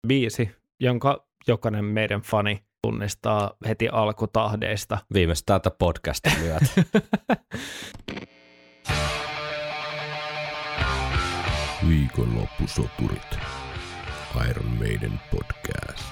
biisi, jonka jokainen meidän fani tunnistaa heti alkutahdeista. Viimeistään tätä podcastin myötä. Viikonloppusoturit. Iron Maiden podcast.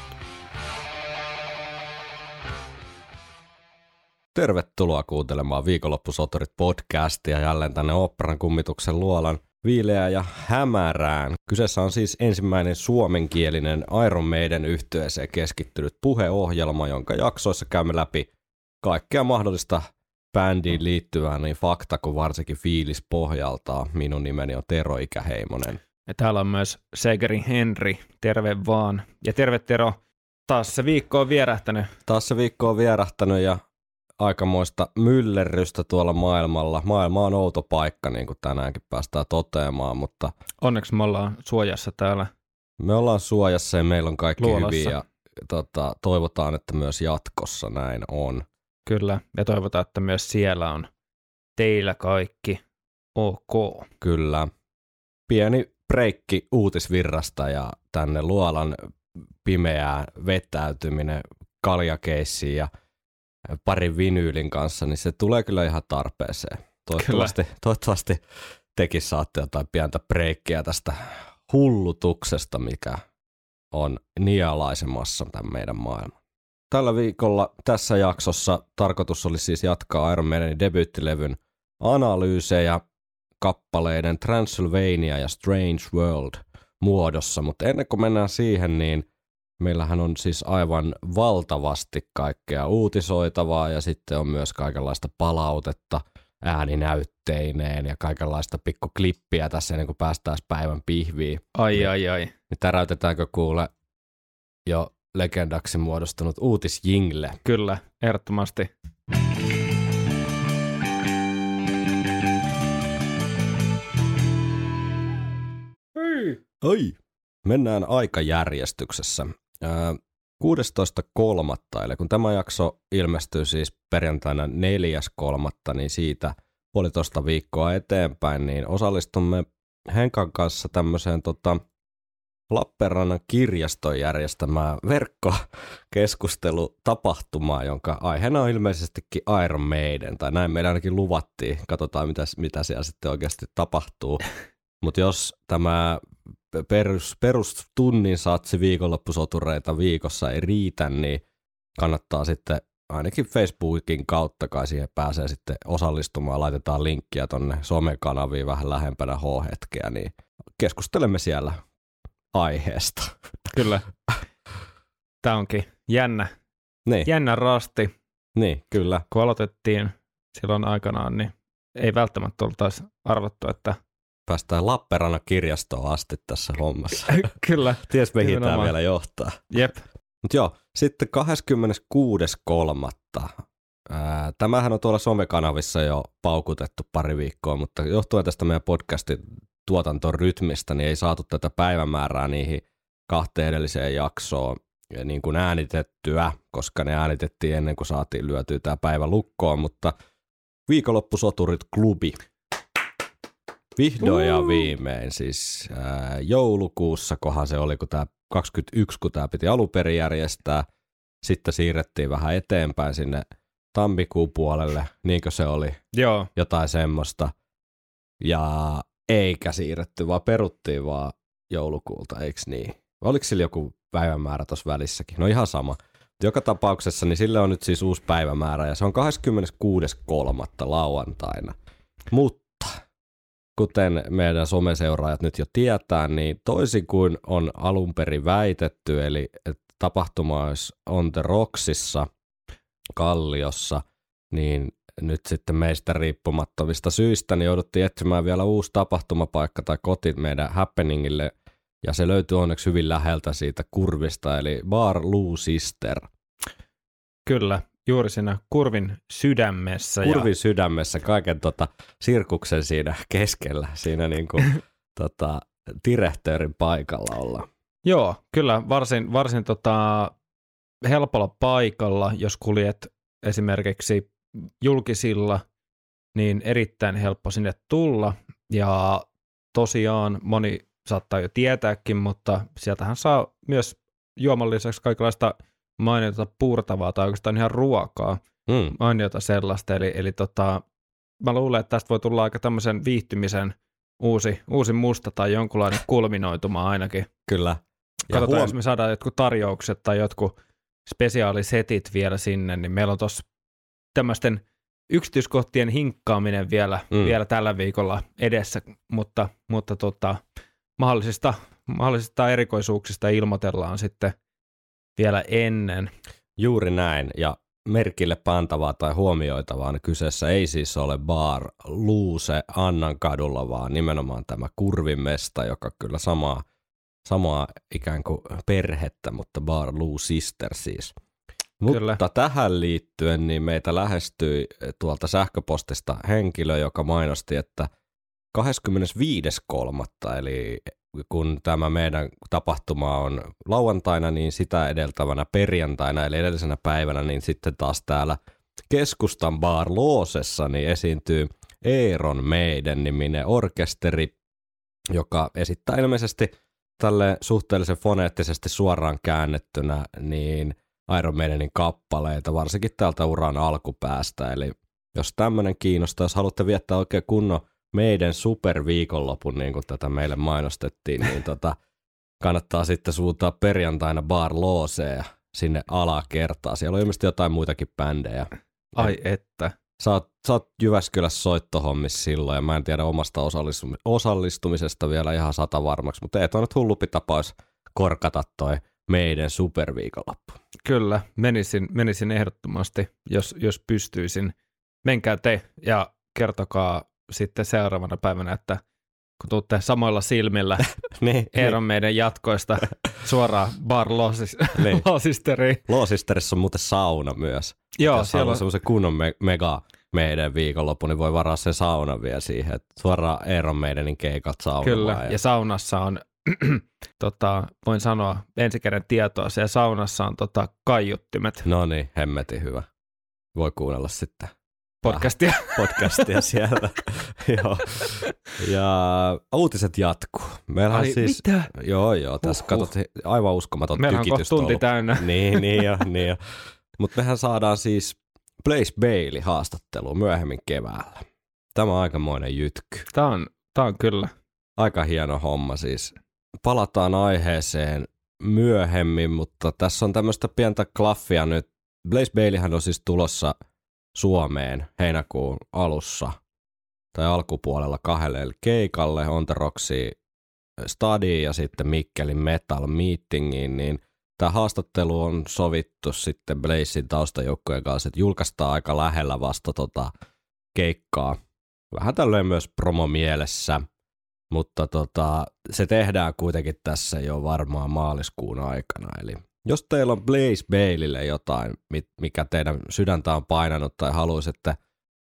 Tervetuloa kuuntelemaan Viikonloppusoturit podcastia jälleen tänne Oopperan kummituksen luolan viileään ja hämärään. Kyseessä on siis ensimmäinen suomenkielinen Iron Maiden -yhtyeeseen keskittynyt puheohjelma, jonka jaksoissa käymme läpi kaikkea mahdollista bändiin liittyvää niin fakta kuin varsinkin fiilis pohjaltaa. Minun nimeni on Tero Ikäheimonen. Ja täällä on myös Segeri Henri, terve vaan. Ja terve Tero, taas se viikko on vierähtänyt. Ja aikamoista myllerrystä tuolla maailmalla. Maailma on outo paikka, niin kuin tänäänkin päästään toteamaan, mutta onneksi me ollaan suojassa täällä. Me ollaan suojassa ja meillä on kaikki luolassa hyvin ja toivotaan, että myös jatkossa näin on. Kyllä, ja toivotaan, että myös siellä on teillä kaikki ok. Kyllä. Pieni breikki uutisvirrasta ja tänne luolan pimeää vetäytyminen kaljakeissiin ja parin vinyylin kanssa, niin se tulee kyllä ihan tarpeeseen. Toivottavasti tekin saatte jotain pientä breikkiä tästä hullutuksesta, mikä on nialaisemassa tämän meidän maailman. Tällä viikolla tässä jaksossa tarkoitus oli siis jatkaa Iron Maidenin debyyttilevyn analyysejä kappaleiden Transylvania ja Strange World muodossa, mutta ennen kuin mennään siihen, niin meillähän on siis aivan valtavasti kaikkea uutisoitavaa ja sitten on myös kaikenlaista palautetta ääninäytteineen ja kaikenlaista pikkuklippiä tässä ennen kuin päästään päivän pihviin. Ai. Niin täräytetäänkö kuule jo legendaksi muodostunut uutisjingle? Kyllä, ehdottomasti. Ai. Mennään aikajärjestyksessä. 16.3. eli kun tämä jakso ilmestyy siis perjantaina 4.3., niin siitä puolitoista viikkoa eteenpäin, niin osallistumme Henkan kanssa tämmöiseen Lappeenrannan kirjaston järjestämään verkkokeskustelutapahtumaan, jonka aiheena on ilmeisestikin Iron Maiden, tai näin meillä ainakin luvattiin. Katsotaan, mitä siellä sitten oikeasti tapahtuu. Mutta jos tämä perustunnin satsi viikonloppusotureita viikossa ei riitä, niin kannattaa sitten ainakin Facebookin kautta kai siihen pääsee sitten osallistumaan. Laitetaan linkkiä tonne somekanaviin vähän lähempänä H-hetkeä, niin keskustelemme siellä aiheesta. Kyllä. Tämä onkin jännä. Niin. Jännä rasti. Niin, kyllä. Kun aloitettiin silloin aikanaan, niin ei välttämättä oltaisi arvattu, että päästään Lappeenrannan kirjastoon asti tässä hommassa. Kyllä. Ties mihin tämä vielä johtaa. Jep. Mutta joo, sitten 26.3. Tämähän on tuolla somekanavissa jo paukutettu pari viikkoa, mutta johtuen tästä meidän podcastin tuotantorytmistä, niin ei saatu tätä päivämäärää niihin kahteen edelliseen jaksoon niin kuin äänitettyä, koska ne äänitettiin ennen kuin saatiin lyötyä tämä päivä lukkoon, mutta Viikonloppusoturit klubi. Vihdoin ja viimein, siis joulukuussa, kohan se oli, kun tämä 21, kun tämä piti alun perin järjestää, sitten siirrettiin vähän eteenpäin sinne tammikuun puolelle, niinkö se oli? Joo. Jotain semmoista, ja eikä siirretty, vaan peruttiin vaan joulukuulta, eikö niin? Oliko sillä joku päivämäärä tuossa välissäkin? No ihan sama. Joka tapauksessa, niin sille on nyt siis uusi päivämäärä, ja se on 26.3. lauantaina, mutta kuten meidän someseuraajat nyt jo tietää, niin toisin kuin on alun perin väitetty, eli että tapahtuma olisi On The Rocksissa Kalliossa, niin nyt sitten meistä riippumattomista syistä niin jouduttiin etsimään vielä uusi tapahtumapaikka tai koti meidän happeningille, ja se löytyy onneksi hyvin läheltä siitä kurvista, eli Bar Lou Sister. Kyllä. Juuri siinä kurvin sydämessä. Sydämessä, kaiken sirkuksen siinä keskellä, siinä niinku direktöörin paikalla ollaan. Joo, kyllä varsin helpolla paikalla, jos kuljet esimerkiksi julkisilla, niin erittäin helppo sinne tulla. Ja tosiaan moni saattaa jo tietääkin, mutta sieltähän saa myös juoman lisäksi kaikenlaista mainiota puurtavaa tai oikeastaan ihan ruokaa, mainiota sellaista. Eli mä luulen, että tästä voi tulla aika tämmöisen viihtymisen uusi musta tai jonkunlainen kulminoituma ainakin. Kyllä. Katsotaan, jos me saadaan jotkut tarjoukset tai jotkut spesiaalisetit vielä sinne, niin meillä on tuossa tämmöisten yksityiskohtien hinkkaaminen vielä tällä viikolla edessä, mutta mahdollisista erikoisuuksista ilmoitellaan sitten vielä ennen. Juuri näin, ja merkille pantavaa tai huomioitavaa, niin kyseessä ei siis ole Bar Luuse Annankadulla, vaan nimenomaan tämä Kurvimesta, joka kyllä samaa ikään kuin perhettä, mutta Bar Lou Sister siis. Kyllä. Mutta tähän liittyen niin meitä lähestyi tuolta sähköpostista henkilö, joka mainosti, että 25.3. eli kun tämä meidän tapahtuma on lauantaina, niin sitä edeltävänä perjantaina, eli edellisenä päivänä, niin sitten taas täällä keskustan Bar Loosessa niin esiintyy Iron Maiden -niminen orkesteri, joka esittää ilmeisesti tälle suhteellisen foneettisesti suoraan käännettynä niin Iron Maidenin kappaleita, varsinkin täältä uran alkupäästä. Eli jos tämmöinen kiinnostaa, jos haluatte viettää oikein kunnon meidän superviikonlopun, niin kuin tätä meille mainostettiin, niin kannattaa sitten suuntaa perjantaina Bar Looseen sinne alakertaan. Siellä on ilmeisesti jotain muitakin bändejä. Ai että. Sä oot Jyväskylässä soittohommissa silloin, ja mä en tiedä omasta osallistumisesta vielä ihan 100 varmaksi, mutta ei toi nyt hullumpi tapaus korkata toi meidän superviikonloppu. Kyllä, menisin ehdottomasti, jos pystyisin. Menkää te ja kertokaa sitten seuraavana päivänä, että kun tuutte samoilla silmillä Iron Maiden jatkoista suoraan Bar Loosisteriin. Loosisterissa on muuten sauna myös. Joo, jos siellä on semmoisen kunnon mega meidän viikonloppu, niin voi varaa sen saunan vielä siihen, että suoraan Iron Maidenin keikat saunamaan. Kyllä, ja saunassa on, voin sanoa ensikäden tietoa, siellä saunassa on kaiuttimet. No niin, hemmetin hyvä. Voi kuunnella sitten. Podcastia siellä. Joo. Ja uutiset jatkuu. Meillähän siis mitä? Joo, tässä katsottiin aivan uskomaton meillä tykitystä. Meillä on tunti täynnä. Niin jo. Mutta mehän saadaan siis Blaze Bayley -haastatteluun myöhemmin keväällä. Tämä on aikamoinen jytky. Tämä on kyllä. Aika hieno homma siis. Palataan aiheeseen myöhemmin, mutta tässä on tämmöistä pientä klaffia nyt. Blaze Bayleyhän on siis tulossa Suomeen heinäkuun alussa tai alkupuolella 2 keikalle, On The Rocksin Stadiin ja sitten Mikkelin Metal Meetingiin, niin tämä haastattelu on sovittu sitten Blazein taustajoukkojen kanssa, että julkaistaan aika lähellä vasta keikkaa. Vähän tälleen myös promomielessä, mutta se tehdään kuitenkin tässä jo varmaan maaliskuun aikana, eli jos teillä on Blaze Bayleylle jotain, mikä teidän sydäntä on painanut tai haluaisitte,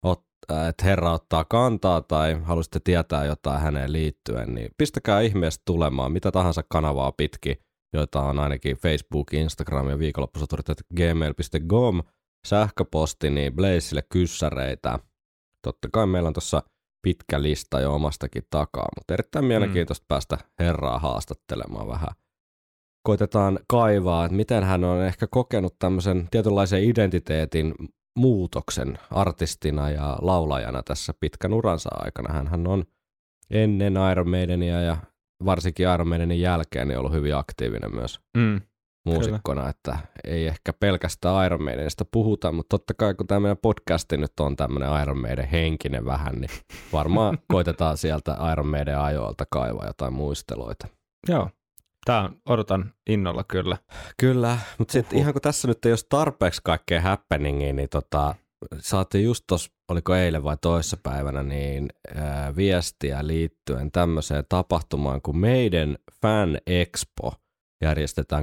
että herra ottaa kantaa tai haluaisitte tietää jotain häneen liittyen, niin pistäkää ihmeessä tulemaan mitä tahansa kanavaa pitkin, joita on ainakin Facebook, Instagram ja viikonloppusoturit@gmail.com, sähköposti, niin Blazelle kyssäreitä. Totta kai meillä on tuossa pitkä lista jo omastakin takaa, mutta erittäin mielenkiintoista päästä herraa haastattelemaan vähän. Koitetaan kaivaa, että miten hän on ehkä kokenut tämmöisen tietynlaisen identiteetin muutoksen artistina ja laulajana tässä pitkän uransa aikana. Hän on ennen Iron Maidenia ja varsinkin Iron Maidenin jälkeen niin ollut hyvin aktiivinen myös muusikkona, kyllä. Että ei ehkä pelkästään Iron Maidenista puhuta, mutta totta kai kun tämä meidän podcasti nyt on tämmöinen Iron Maiden henkinen vähän, niin varmaan koitetaan sieltä Iron Maiden ajoilta kaivaa jotain muisteloita. Joo. Odotan innolla kyllä. Kyllä, mutta sitten ihan kun tässä nyt ei ole tarpeeksi kaikkea happeningia, niin saatiin just tuossa, oliko eilen vai toissapäivänä, niin viestiä liittyen tämmöiseen tapahtumaan kuin Maiden Fan Expo järjestetään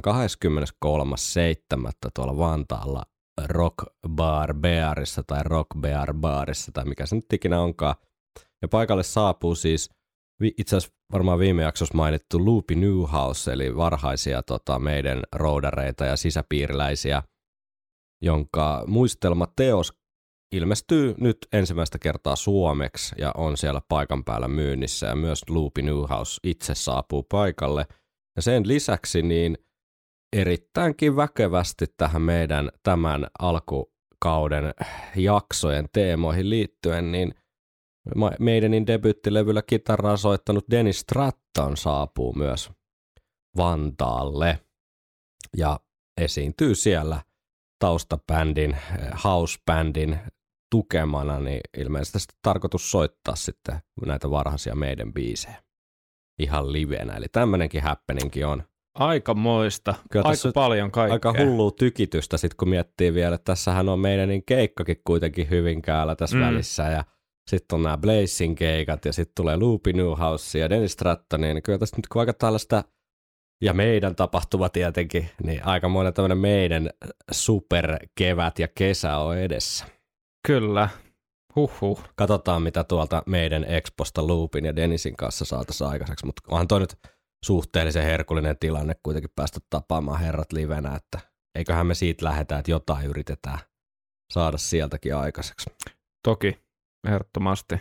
23.7. tuolla Vantaalla Rock Bar Bearissa tai Rock Bear Barissa tai mikä se nyt ikinä onkaan. Ja paikalle saapuu siis itse asiassa varmaan viime jaksossa mainittu Loopy Newhouse, eli varhaisia meidän roudareita ja sisäpiiriläisiä, jonka muistelmateos ilmestyy nyt ensimmäistä kertaa suomeksi ja on siellä paikan päällä myynnissä ja myös Loopy Newhouse itse saapuu paikalle. Ja sen lisäksi niin erittäinkin väkevästi tähän meidän tämän alkukauden jaksojen teemoihin liittyen, niin meidänin debyyttilevyllä kitaraa soittanut Dennis Stratton saapuu myös Vantaalle ja esiintyy siellä taustabändin, housebändin tukemana, niin ilmeisesti tarkoitus soittaa sitten näitä varhaisia meidän biisejä ihan livenä. Eli tämmöinenkin happeningkin on. Aikamoista. Aika paljon kaikkea. Aika hullua tykitystä sitten, kun miettii vielä, että tässähän on meidän niin keikkakin kuitenkin Hyvinkäällä tässä välissä ja sitten on nämä Blazing keikat ja sitten tulee Loopy Newhouse ja Dennis Stratton, niin kyllä tässä nyt aika tällaista ja meidän tapahtuma tietenkin, niin aikamoinen tämmöinen meidän superkevät ja kesä on edessä. Kyllä. Huhhuh. Katsotaan, mitä tuolta meidän Exposta Loopin ja Dennisin kanssa saataisiin aikaiseksi, mutta onhan toi nyt suhteellisen herkullinen tilanne kuitenkin päästä tapaamaan herrat livenä, että eiköhän me siitä lähdetä, että jotain yritetään saada sieltäkin aikaiseksi. Toki, ehdottomasti.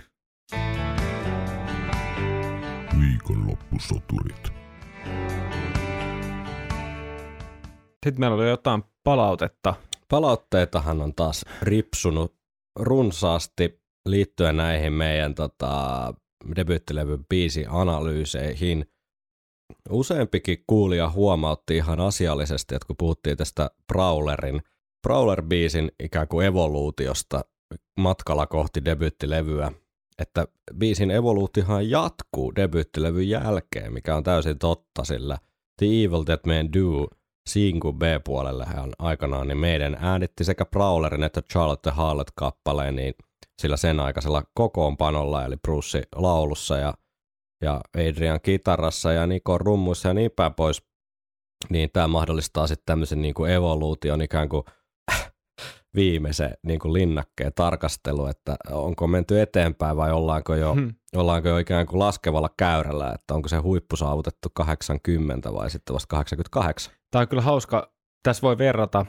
Viikonloppusoturit. Sitten meillä oli jotain palautetta. Palautteitahan on taas ripsunut runsaasti liittyen näihin meidän debyyttilevyn biisianalyyseihin. Useampikin kuulija huomautti ihan asiallisesti, että kun puhuttiin tästä Prowler-biisin ikään kuin evoluutiosta matkalla kohti debyyttilevyä, että biisin evoluutiohan jatkuu debyyttilevyn jälkeen, mikä on täysin totta, sillä The Evil That Men Do Singun B-puolelle aikanaan, niin meidän äänitti sekä Prowlerin että Charlotte the Harlot-kappaleen niin sillä sen aikaisella kokoonpanolla, eli Bruce laulussa ja Adrian kitarassa ja Nico rummuissa ja niin päin pois, niin tämä mahdollistaa sitten tämmöisen niin kuin evoluution ikään kuin viimeisen niin kuin linnakkeen tarkastelu, että onko menty eteenpäin vai ollaanko jo ikään kuin laskevalla käyrällä, että onko se huippu saavutettu 80 vai sitten vasta 88. Tämä on kyllä hauska. Tässä voi verrata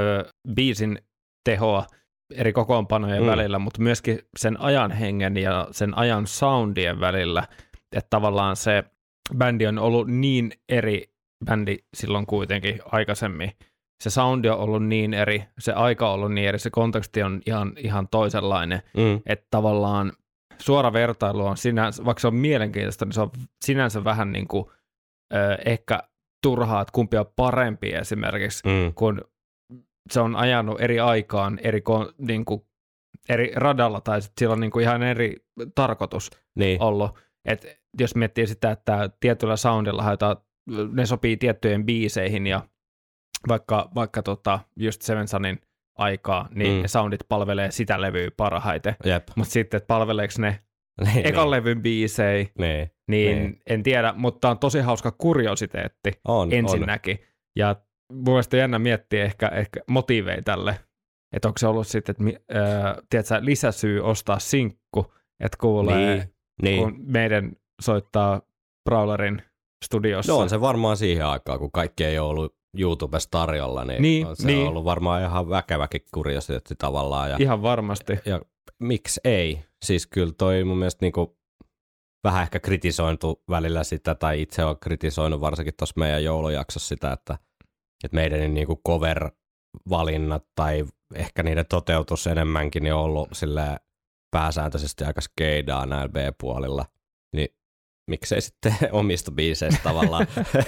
biisin tehoa eri kokoonpanojen välillä, mutta myöskin sen ajan hengen ja sen ajan soundien välillä, että tavallaan se bändi on ollut niin eri bändi silloin kuitenkin aikaisemmin. Se soundi on ollut niin eri, se aika on ollut niin eri, se konteksti on ihan toisenlainen, että tavallaan suora vertailu on sinänsä, vaikka se on mielenkiintoista, niin se on sinänsä vähän niin kuin ehkä turhaa, että kumpi on parempi esimerkiksi, kun se on ajanut eri aikaan, niin kuin, eri radalla tai sillä on niin kuin ihan eri tarkoitus ollut. Et jos miettii sitä, että tietyllä soundilla ne sopii tiettyihin biiseihin ja vaikka just Seven Sunin aikaa, niin ne soundit palvelee sitä levyä parhaiten. Mutta sitten, että palveleeko ne ekan levyn biisejä, niin en tiedä, mutta on tosi hauska kuriositeetti ensinnäkin. Ja mun mielestä on jännä miettiä ehkä motiiveja tälle, että onko se ollut sitten, että lisäsyy ostaa sinkku, että kuulee, kun meidän soittaa Prowlerin studiossa. No on se varmaan siihen aikaan, kun kaikki ei ole ollut YouTubessa tarjolla, niin on se ollut varmaan ihan väkeväkin kuriositeetti tavallaan. Ihan varmasti. Ja miksi ei? Siis kyllä toi mun mielestä niinku vähän ehkä kritisointu välillä sitä, tai itse olen kritisoinut varsinkin tuossa meidän joulujaksossa sitä, että meidän niinku cover-valinnat tai ehkä niiden toteutus enemmänkin niin on ollut silleen pääsääntöisesti aika skeidaa näillä B-puolilla. Niin miksei sitten omista biiseistä tavallaan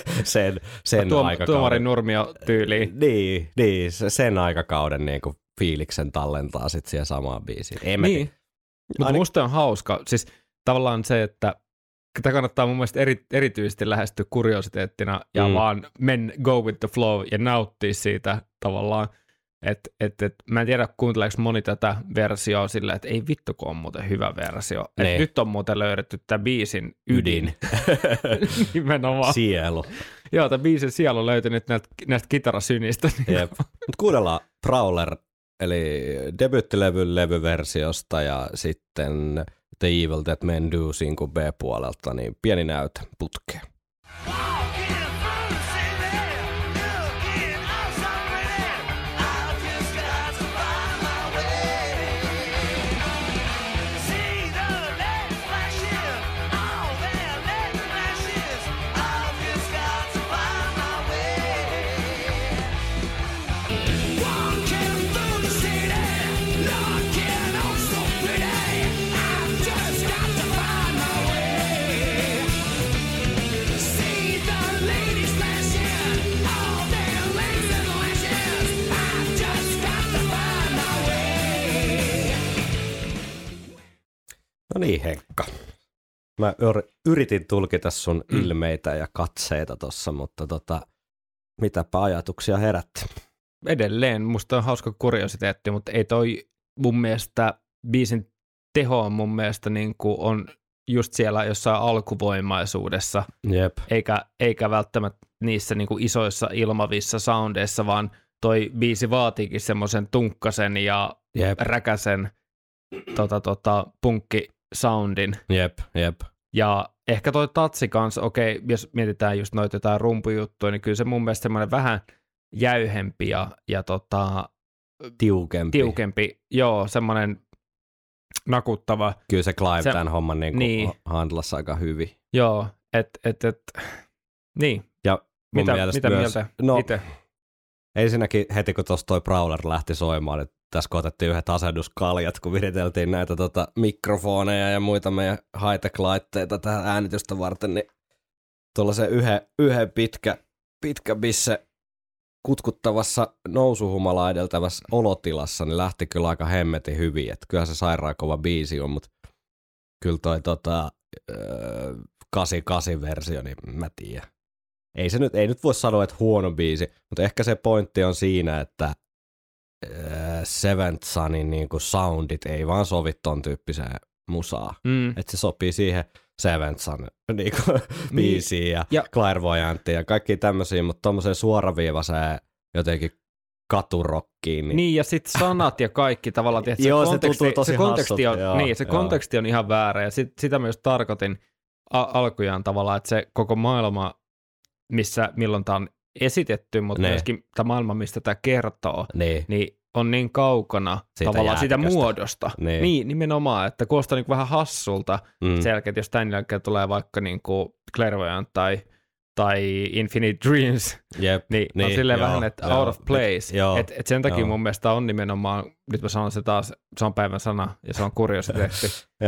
sen aikakauden. Tuomarin Nurmio tyyliin. Niin, sen aikakauden niinku fiiliksen tallentaa sitten siihen samaan biisiin. Mutta musta on hauska. Siis tavallaan se, että tätä kannattaa mun mielestä erityisesti lähestyä kuriositeettina ja vaan go with the flow ja nauttia siitä tavallaan. Mä en tiedä, kuunteleeko moni tätä versioa silleen, että ei vittu, kun on muuten hyvä versio. Nyt on muuten löydetty tämä biisin ydin. Nimenomaan. Sielu. Joo, tämä biisin sielu on löytynyt näistä kitarasynistä. Mutta kuunnellaan Prowler, eli debyyttilevyn levyversiosta ja sitten The Evil That Men Do -singu B-puolelta, niin pieni näyte putkeen. niin, Henkka. Mä yritin tulkita sun ilmeitä ja katseita tossa, mutta mitäpä ajatuksia herätti? Edelleen musta on hauska kuriositeetti, mutta ei toi mun mielestä biisin teho on mun mielestä niin kuin on just siellä jossain alkuvoimaisuudessa, Jep. eikä välttämättä niissä niin kuin isoissa ilmavissa soundeissa, vaan toi biisi vaatiikin semmoisen tunkkasen ja räkäsen punkkisoundin. Jep. Ja ehkä toi tatsi kanssa, okei, jos mietitään just noita jotain rumpujuttuja, niin kyllä se mun mielestä semmoinen vähän jäyhempi ja tiukempi. Joo, semmoinen nakuttava. Kyllä se Clive tämän homman niin handlasi aika hyvin. Joo, niin. Ja mitä myös, mieltä itse? Ensinnäkin heti kun tuossa toi Prowler lähti soimaan, niin tässä kun otettiin yhdet asennuskaljat, kun viriteltiin näitä mikrofoneja ja muita meidän high-tech-laitteita tähän äänitystä varten, niin tuollaisen yhden pitkä bisse kutkuttavassa nousuhumala edeltävässä olotilassa, niin lähti kyllä aika hemmetin hyvin, että kyllähän se sairaan kova biisi on, mutta kyllä toi 88-versio, niin mä tiedän. Ei nyt voi sanoa, että huono biisi, mutta ehkä se pointti on siinä, että Seventh Sonin niinku soundit ei vaan sovi ton tyyppiseen musaan. Että se sopii siihen Seventh Son niinku biisiin ja Clairvoyantiin ja kaikki tämmöisiä, mutta tommoseen suoraviivaiseen jotenkin katurokkiin. Niin ja sit sanat ja kaikki tavallaan, että se konteksti on ihan väärä ja sitä myös tarkoitin alkujaan tavallaan, että se koko maailma, milloin tämä on esitetty, mutta myöskin tämä maailma, mistä tämä kertoo, niin on niin kaukana tavallaan sitä muodosta. Niin, nimenomaan, että kuulostaa niin vähän hassulta selkeä, että jos tämän jälkeen tulee vaikka niin kuin Clairvoyant tai Infinite Dreams, niin on silleen vähän, että out of place. Et sen takia mun mielestä on nimenomaan, nyt mä sanon se taas, se on päivän sana ja se on kuriositeetti,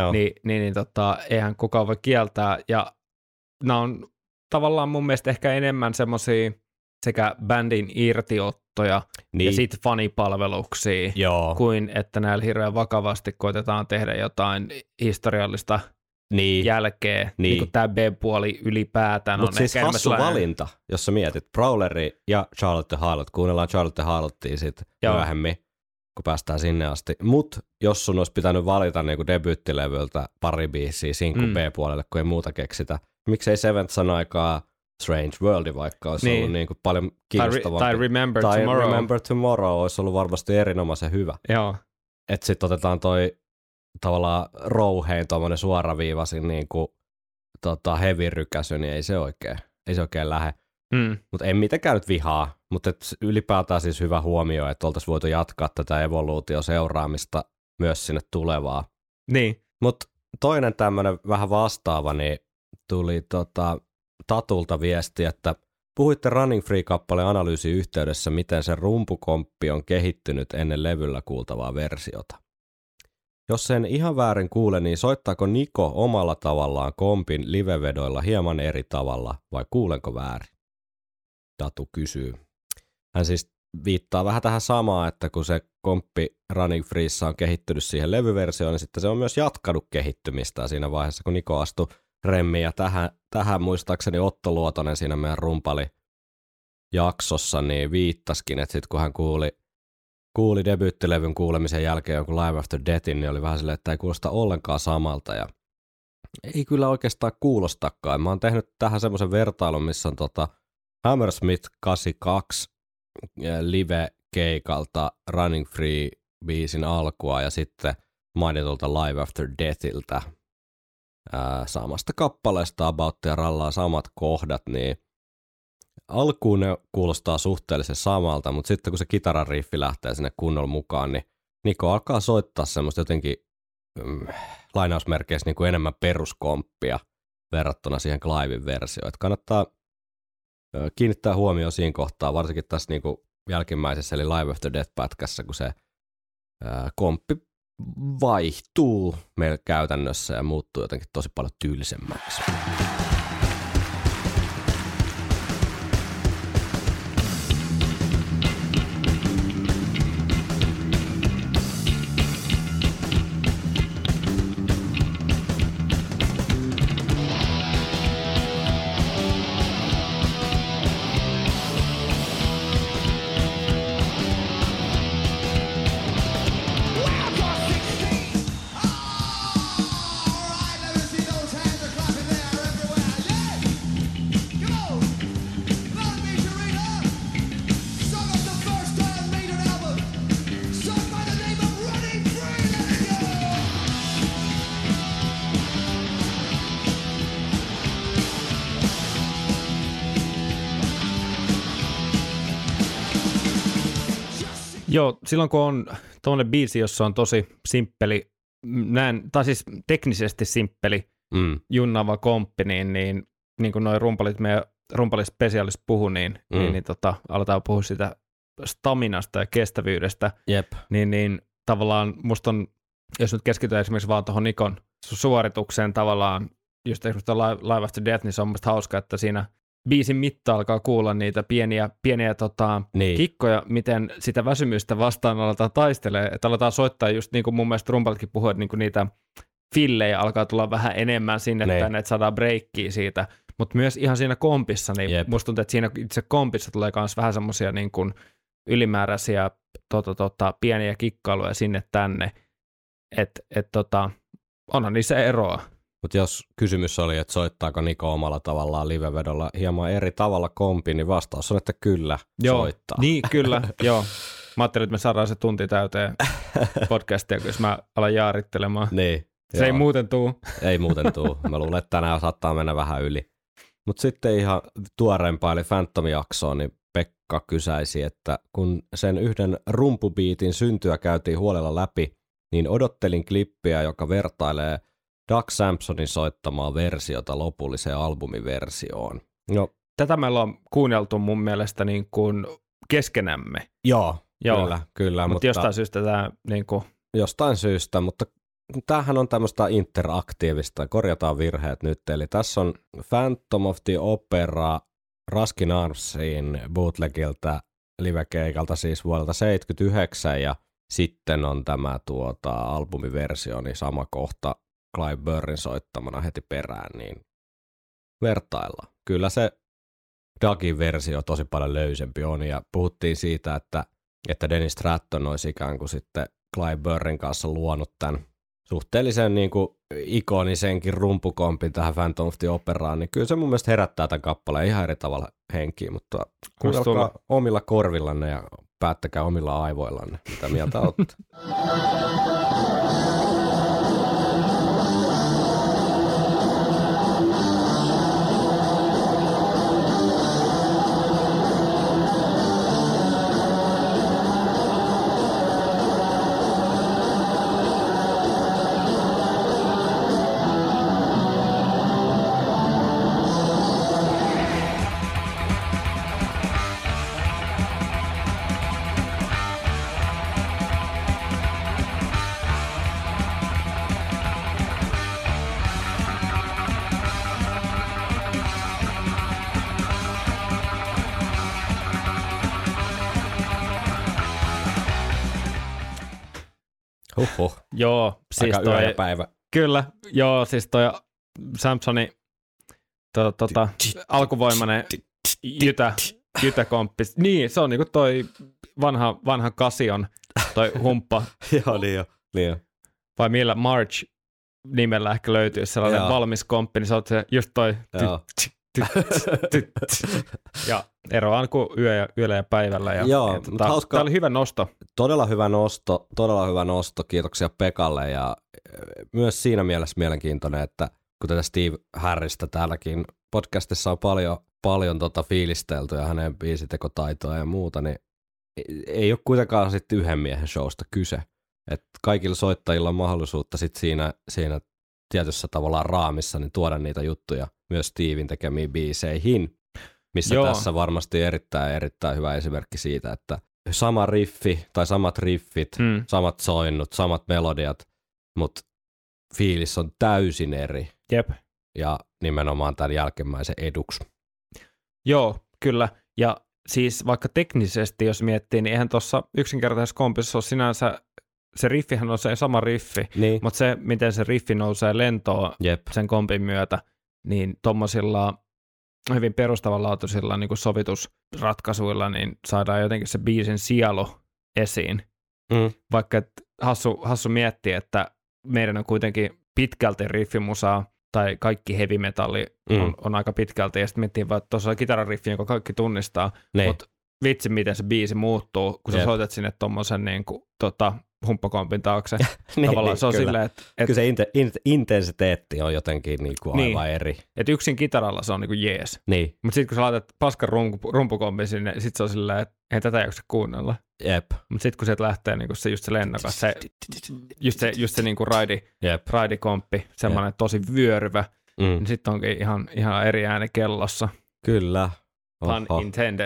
eihän kukaan voi kieltää. Ja nämä on tavallaan mun mielestä ehkä enemmän semmoisia sekä bändin irtiottoja ja sitten fanipalveluksia, kuin että näillä hirveän vakavasti koitetaan tehdä jotain historiallista jälkeen, niin kuin tämä B-puoli ylipäätään on. Mutta siis hassu valinta, jos sä mietit, Prowleri ja Charlotte Harlot, kuunnellaan Charlotte Harlottia sitten myöhemmin, kun päästään sinne asti. Mutta jos sun olisi pitänyt valita niinku debyyttilevyltä pari biisiä sinkku B-puolelle, kun ei muuta keksitä, miksei Seventh Son aikaa Strange World vaikka olisi ollut niinku paljon kiinnostavampi. Tai Remember Tomorrow olisi ollut varmasti erinomaisen hyvä. Joo. Että sitten otetaan toi tavallaan rouhein tuommoinen suoraviivaisin niinku heavy-rykäsy, niin ei se oikein lähde. Mutta en mitenkään nyt vihaa, mutta ylipäätään siis hyvä huomio, että oltaisiin voitu jatkaa tätä evoluutioseuraamista myös sinne tulevaa. Niin. Mutta toinen tämmöinen vähän vastaava, niin tuli Tatulta viesti, että puhuitte Running Free-kappaleen analyysin yhteydessä, miten se rumpukomppi on kehittynyt ennen levyllä kuultavaa versiota. Jos sen ihan väärin kuule, niin soittaako Niko omalla tavallaan kompin livevedoilla hieman eri tavalla vai kuulenko väärin? Tatu kysyy. Hän siis viittaa vähän tähän samaan, että kun se komppi Running Freessa on kehittynyt siihen levyversioon, niin sitten se on myös jatkanut kehittymistä siinä vaiheessa, kun Niko astui remmiin. Ja tähän muistaakseni Otto Luotonen siinä meidän rumpali-jaksossa niin viittaskin, että sitten kun hän kuuli debyyttilevyn kuulemisen jälkeen jonkun Live After Deathin, niin oli vähän silleen, että ei kuulosta ollenkaan samalta. Ja ei kyllä oikeastaan kuulostakaan. Mä oon tehnyt tähän semmoisen vertailun, missä on Hammersmith 82 live-keikalta Running Free-biisin alkua ja sitten mainitulta Live After Deathiltä samasta kappaleesta about ja rallaa samat kohdat, niin alkuun ne kuulostaa suhteellisen samalta, mutta sitten kun se kitaran-riffi lähtee sinne kunnolla mukaan, niin Niko alkaa soittaa semmoista jotenkin lainausmerkeissä niin kuin enemmän peruskomppia verrattuna siihen Cliven versioon. Että kannattaa kiinnittää huomioon siinä kohtaa, varsinkin tässä niin kuin jälkimmäisessä eli Live After Death-pätkässä, kun se komppi vaihtuu meillä käytännössä ja muuttuu jotenkin tosi paljon tyylisemmäksi. Joo, silloin kun on tuollainen biisi, jossa on tosi simppeli, tai siis teknisesti simppeli junnaava komppi, niin kuin noi rumpalit, meidän rumpalispesiaalista puhu, niin aletaan puhua sitä staminasta ja kestävyydestä. Jep. Niin tavallaan musta on, jos nyt keskitytään esimerkiksi vaan tuohon Nikon suoritukseen tavallaan, just esimerkiksi Live After Death, niin se on musta hauska, että siinä biisin mitta alkaa kuulla niitä pieniä kikkoja, miten sitä väsymystä vastaan aletaan taistelemaan, että aletaan soittaa just niin kuin mun mielestä rumpalitkin puhuu, että niin kuin niitä fillejä alkaa tulla vähän enemmän sinne tänne, että saadaan breikkiä siitä, mutta myös ihan siinä kompissa, niin musta tuntuu, että siinä itse kompissa tulee myös vähän semmoisia niin kuin ylimääräisiä pieniä kikkailuja sinne tänne, että onhan niissä eroa. Mutta jos kysymys oli, että soittaako Niko omalla tavallaan livevedolla hieman eri tavalla kompi, niin vastaus on, että kyllä soittaa. Niin, kyllä, joo. Mä ajattelin, että me saadaan se tunti täyteen podcastia, jos mä alan jaarittelemaan. Niin. Se ei muuten tuu. Ei muuten tuu. Mä luulen, että tänään saattaa mennä vähän yli. Mutta sitten ihan tuoreempaa, eli Phantom-jaksoon, niin Pekka kysäisi, että kun sen yhden rumpubiitin syntyä käytiin huolella läpi, niin odottelin klippiä, joka vertailee Doug Sampsonin soittamaa versiota lopulliseen albumiversioon. No, tätä meillä on kuunneltu mun mielestä niin kuin keskenämme. Joo. Kyllä. Mutta jostain syystä tämä niin kuin... Jostain syystä, mutta tämähän on tämmöistä interaktiivista, korjataan virheet nyt. Eli tässä on Phantom of the Opera Ruskin Armsin bootlegiltä livekeikalta siis vuodelta 1979 ja sitten on tämä albumiversio, niin sama kohta Clive Burrin soittamana heti perään, niin vertaillaan. Kyllä se Dougin versio tosi paljon löysempi on, ja puhuttiin siitä, että Dennis Stratton olisi ikään kuin sitten Clive Burrin kanssa luonut tämän suhteellisen niin kuin ikonisenkin rumpukompin tähän Phantom of the Operaan, niin kyllä se mun mielestä herättää tämän kappaleen ihan eri tavalla henkiä, mutta kuunnelkaa omilla korvillanne ja päättäkää omilla aivoillanne, mitä mieltä olette. Joo, siis aika yö ja päivä. Kyllä, joo, siis toi Samsonin alkuvoimainen jytäkomppi. Niin, se on niinku toi vanha Casion, toi humppa. Joo, niin jo. Vai millä March nimellä ehkä löytyy sellainen valmis komppi, niin se on se just toi. Ja eroaan kuin yöllä ja päivällä. Joo, mutta hauska. Tämä oli hyvä nosto. Todella hyvä nosto. Kiitoksia Pekalle, ja myös siinä mielessä mielenkiintoinen, että kun tätä Steve Harrista täälläkin podcastissa on paljon fiilistelty ja hänen biisitekotaitoa ja muuta, niin ei ole kuitenkaan sitten yhden miehen showsta kyse. Että kaikilla soittajilla on mahdollisuutta sit siinä tietyssä tavallaan raamissa niin tuoda niitä juttuja myös Steven tekemiin biiseihin, missä tässä varmasti erittäin hyvä esimerkki siitä, että sama riffi tai samat riffit, samat soinnut, samat melodiat, mutta fiilis on täysin eri. Jep. Ja nimenomaan tämän jälkimmäisen eduksi. Joo, kyllä. Ja siis vaikka teknisesti, jos miettii, niin eihän tuossa yksinkertaisessa kompissa ole sinänsä, se riffihän on se sama riffi, niin. Mutta se, miten se riffi nousee lentoon sen kompin myötä, niin tuommoisilla hyvin perustavanlaatuisilla niin kuin sovitusratkaisuilla niin saadaan jotenkin se biisin sielu esiin. Vaikka hassu miettiä, että meidän on kuitenkin pitkälti riffimusaa, tai kaikki heavy metalli on aika pitkälti, ja sitten miettii vaan, että tuossa on kitarariffi, jonka kaikki tunnistaa, mutta vitsi, miten se biisi muuttuu, kun sä soitat sinne tuommoisen niin kuin, humppakompin taakse. Tavallaan se on silleen, että kyllä se intensiteetti on jotenkin niin kuin aivan eri. Että yksin kitaralla se on niin kuin jees. Niin. Mutta sitten kun sä laitat paskan rumpukompin sinne, sitten se on silleen, että ei tätä jaksa kuunnella. Jep. Mutta sitten kun sieltä lähtee niinku se just se lennokas, just se niinku raidikomppi, semmoinen tosi vyöryvä, niin sitten onkin ihan eri ääni kellossa. Kyllä. Pun intended.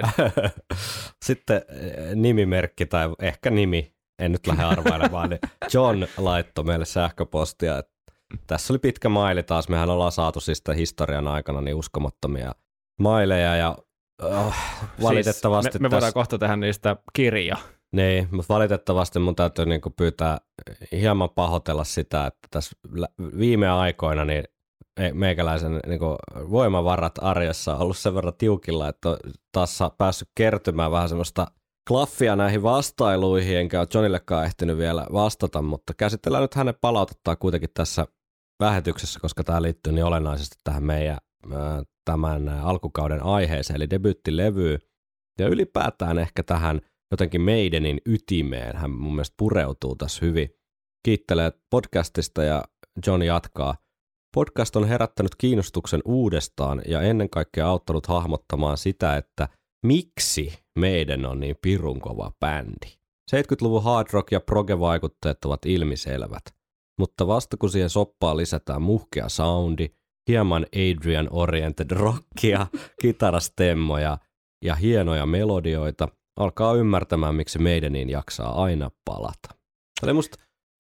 Sitten nimimerkki tai ehkä nimi, en nyt lähde arvailemaan, niin John laittoi meille sähköpostia, että tässä oli pitkä maili taas. Mehän ollaan saatu siis historian aikana niin uskomattomia maileja ja valitettavasti... Siis me voidaan kohta tehdä niistä kirja. Niin, mutta valitettavasti mun täytyy niinku pyytää hieman pahoitella sitä, että tässä viime aikoina niin meikäläisen niinku voimavarat arjessa on ollut sen verran tiukilla, että on taas päässyt kertymään vähän semmoista klaffia näihin vastailuihin, enkä ole Johnillekaan ehtinyt vielä vastata, mutta käsitellään nyt hänen palautettaan kuitenkin tässä lähetyksessä, koska tämä liittyy niin olennaisesti tähän meidän tämän alkukauden aiheeseen, eli debyyttilevyyn, ja ylipäätään ehkä tähän jotenkin Maidenin ytimeen. Hän mun mielestä pureutuu tässä hyvin. Kiittelee podcastista ja John jatkaa. Podcast on herättänyt kiinnostuksen uudestaan ja ennen kaikkea auttanut hahmottamaan sitä, että miksi Maiden on niin pirun kova bändi. 70-luvun hard rock ja proge-vaikutteet ovat ilmiselvät, mutta vasta kun siihen soppaan lisätään muhkea soundi, hieman Adrian-oriented rockia, kitarastemmoja ja hienoja melodioita, alkaa ymmärtämään, miksi Maideniin jaksaa aina palata. Oli musta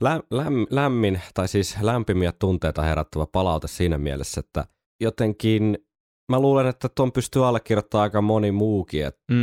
lämmin, tai siis lämpimiä tunteita herättävä palaute siinä mielessä, että jotenkin mä luulen, että ton pystyy allekirjoittamaan aika moni muukin,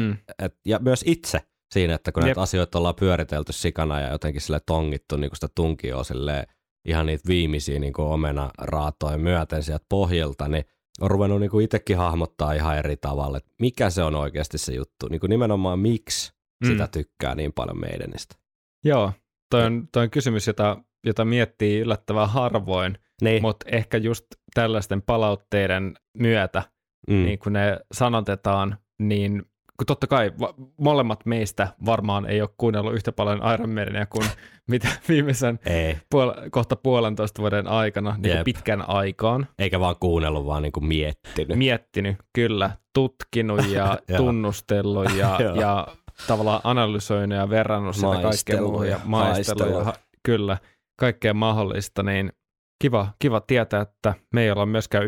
ja myös itse siinä, että kun näitä asioita ollaan pyöritelty sikana ja jotenkin sille tongittu niin kuin sitä tunkioa silleen, ihan niitä viimeisiä niin kuin omenaraatoja myöten sieltä pohjilta, niin on ruvennut niin kuin itsekin hahmottaa ihan eri tavalla, että mikä se on oikeasti se juttu, niin kuin nimenomaan miksi sitä tykkää niin paljon Maidenistä. Joo, toi on kysymys, jota miettii yllättävän harvoin, mutta ehkä just tällaisten palautteiden myötä, niin kun ne sanotetaan, niin kun totta kai molemmat meistä varmaan ei ole kuunnellut yhtä paljon Iron Maidenia kuin mitä viimeisen kohta 1,5 vuoden aikana, niin kuin pitkän aikaan. Eikä vaan kuunnellut, vaan niin kuin miettinyt. Miettinyt, kyllä. Tutkinut ja tunnustellut ja tavallaan analysoinut ja verrannut sitä kaikkea muuhun ja maistellut ja kyllä, kaikkea mahdollista, niin kiva tietää, että me ei olla myöskään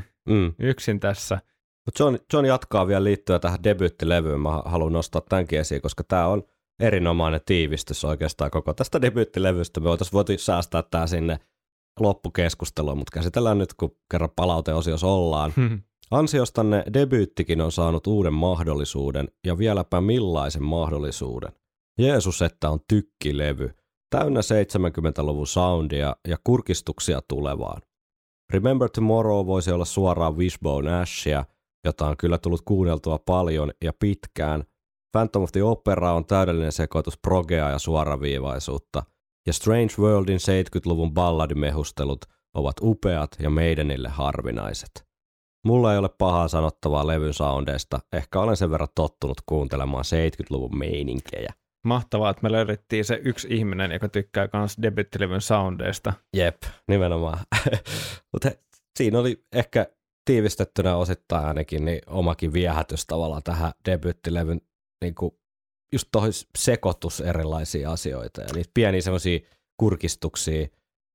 yksin tässä. John jatkaa vielä liittyen tähän debyyttilevyyn. Mä haluan nostaa tämänkin esiin, koska tämä on erinomainen tiivistys oikeastaan koko tästä debyyttilevystä. Me voitu säästää tämä sinne loppukeskusteluun, mutta käsitellään nyt, kun kerran palauteosiossa ollaan. Ansiostanne debyyttikin on saanut uuden mahdollisuuden, ja vieläpä millaisen mahdollisuuden. Jeesus, että on tykkilevy, täynnä 70-luvun soundia ja kurkistuksia tulevaan. Remember Tomorrow voisi olla suoraan Wishbone Ashia, jota on kyllä tullut kuunneltua paljon ja pitkään. Phantom of the Opera on täydellinen sekoitus progea ja suoraviivaisuutta, ja Strange Worldin 70-luvun balladimehustelut ovat upeat ja Maidenille harvinaiset. Mulla ei ole pahaa sanottavaa levyn soundeista, ehkä olen sen verran tottunut kuuntelemaan 70-luvun meininkejä. Mahtavaa, että me löydettiin se yksi ihminen, joka tykkää myös debyyttilevyn soundeista. Jep, nimenomaan. Mutta siinä oli ehkä tiivistettynä osittain ainakin niin omakin viehätys tavallaan tähän debyyttilevyn niin kuin just tuohon sekoitus erilaisia asioita ja niitä pieniä semmoisia kurkistuksia,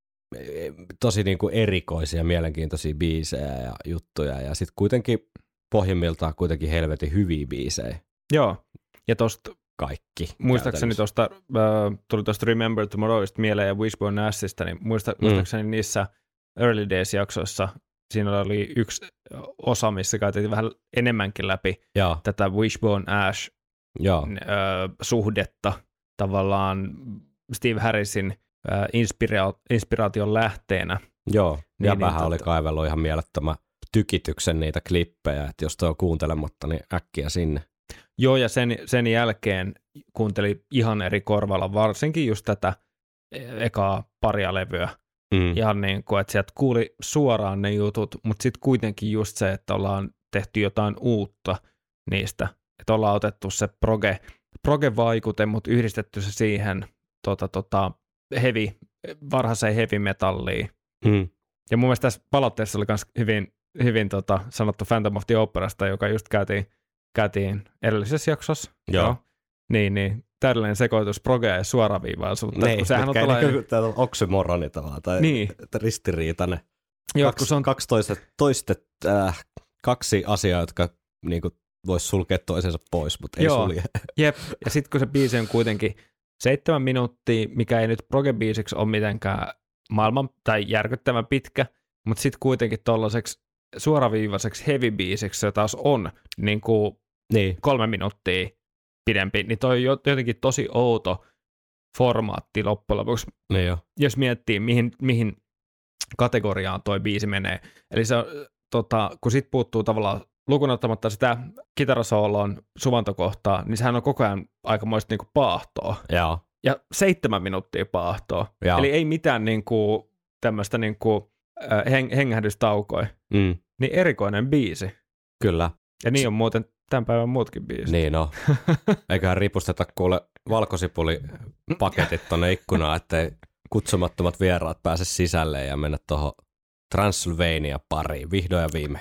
tosi niin kuin erikoisia, mielenkiintoisia biisejä ja juttuja ja sitten kuitenkin pohjimmiltaan kuitenkin helvetin hyviä biisejä. Joo, ja tosta kaikki. Muistaakseni tuli tuosta Remember Tomorrowista mieleen ja Wishbone Ashista, niin muistaakseni niissä Early Days-jaksoissa siinä oli yksi osa, missä käytiin vähän enemmänkin läpi tätä Wishbone Ash-suhdetta tavallaan Steve Harrisin inspiraation lähteenä. Joo, ja vähän oli kaivellut ihan mielettömän tykityksen niitä klippejä, että jos toi on kuuntelematta, niin äkkiä sinne. Joo, ja sen jälkeen kuuntelin ihan eri korvalla, varsinkin just tätä ekaa paria levyä. Ihan niin kuin, että sieltä kuuli suoraan ne jutut, mutta sitten kuitenkin just se, että ollaan tehty jotain uutta niistä. Että ollaan otettu se proge-vaikute, mutta yhdistetty se siihen varhaiseen heavy metalliin. Ja mun mielestä tässä palautteessa oli myös hyvin sanottu Phantom of the Operasta, joka just käytiin edellisessä jaksossa. Joo. Niin, täydellinen sekoitus progea ja suoraviivaisuutta. Niin, sehän on tällainen oksymoroni tavallaan tai niin. Ristiriitainen. Joo, Kaksi asiaa, jotka niinku voisi sulkea toisensa pois, mutta ei sulje. Jep, ja sitten kun se biisi on kuitenkin 7 minuuttia, mikä ei nyt proge-biisiksi ole mitenkään maailman tai järkyttävän pitkä, mutta sitten kuitenkin tollaiseksi suoraviivaiseksi heavy-biisiksi se taas on niin 3 minuuttia pidempi, niin toi on jotenkin tosi outo formaatti loppujen lopuksi, niin jos miettii mihin kategoriaan toi biisi menee. Eli se kun sit puuttuu tavallaan lukunottamatta sitä kitarasoolon suvantokohtaa, niin sehän on koko ajan aikamoista niinku paahtoa. Joo. Ja 7 minuuttia paahtoa. Joo. Eli ei mitään niinku tämmöistä niinku hengähdystaukoja. Niin erikoinen biisi. Kyllä. Ja niin on muuten tämän päivän muutkin biisit. Niin on. Eiköhän ripusteta kuule valkosipulipaketit tonne ikkunaan, ettei kutsumattomat vieraat pääse sisälle ja mennä tuohon Transylvania pariin vihdoin ja viime.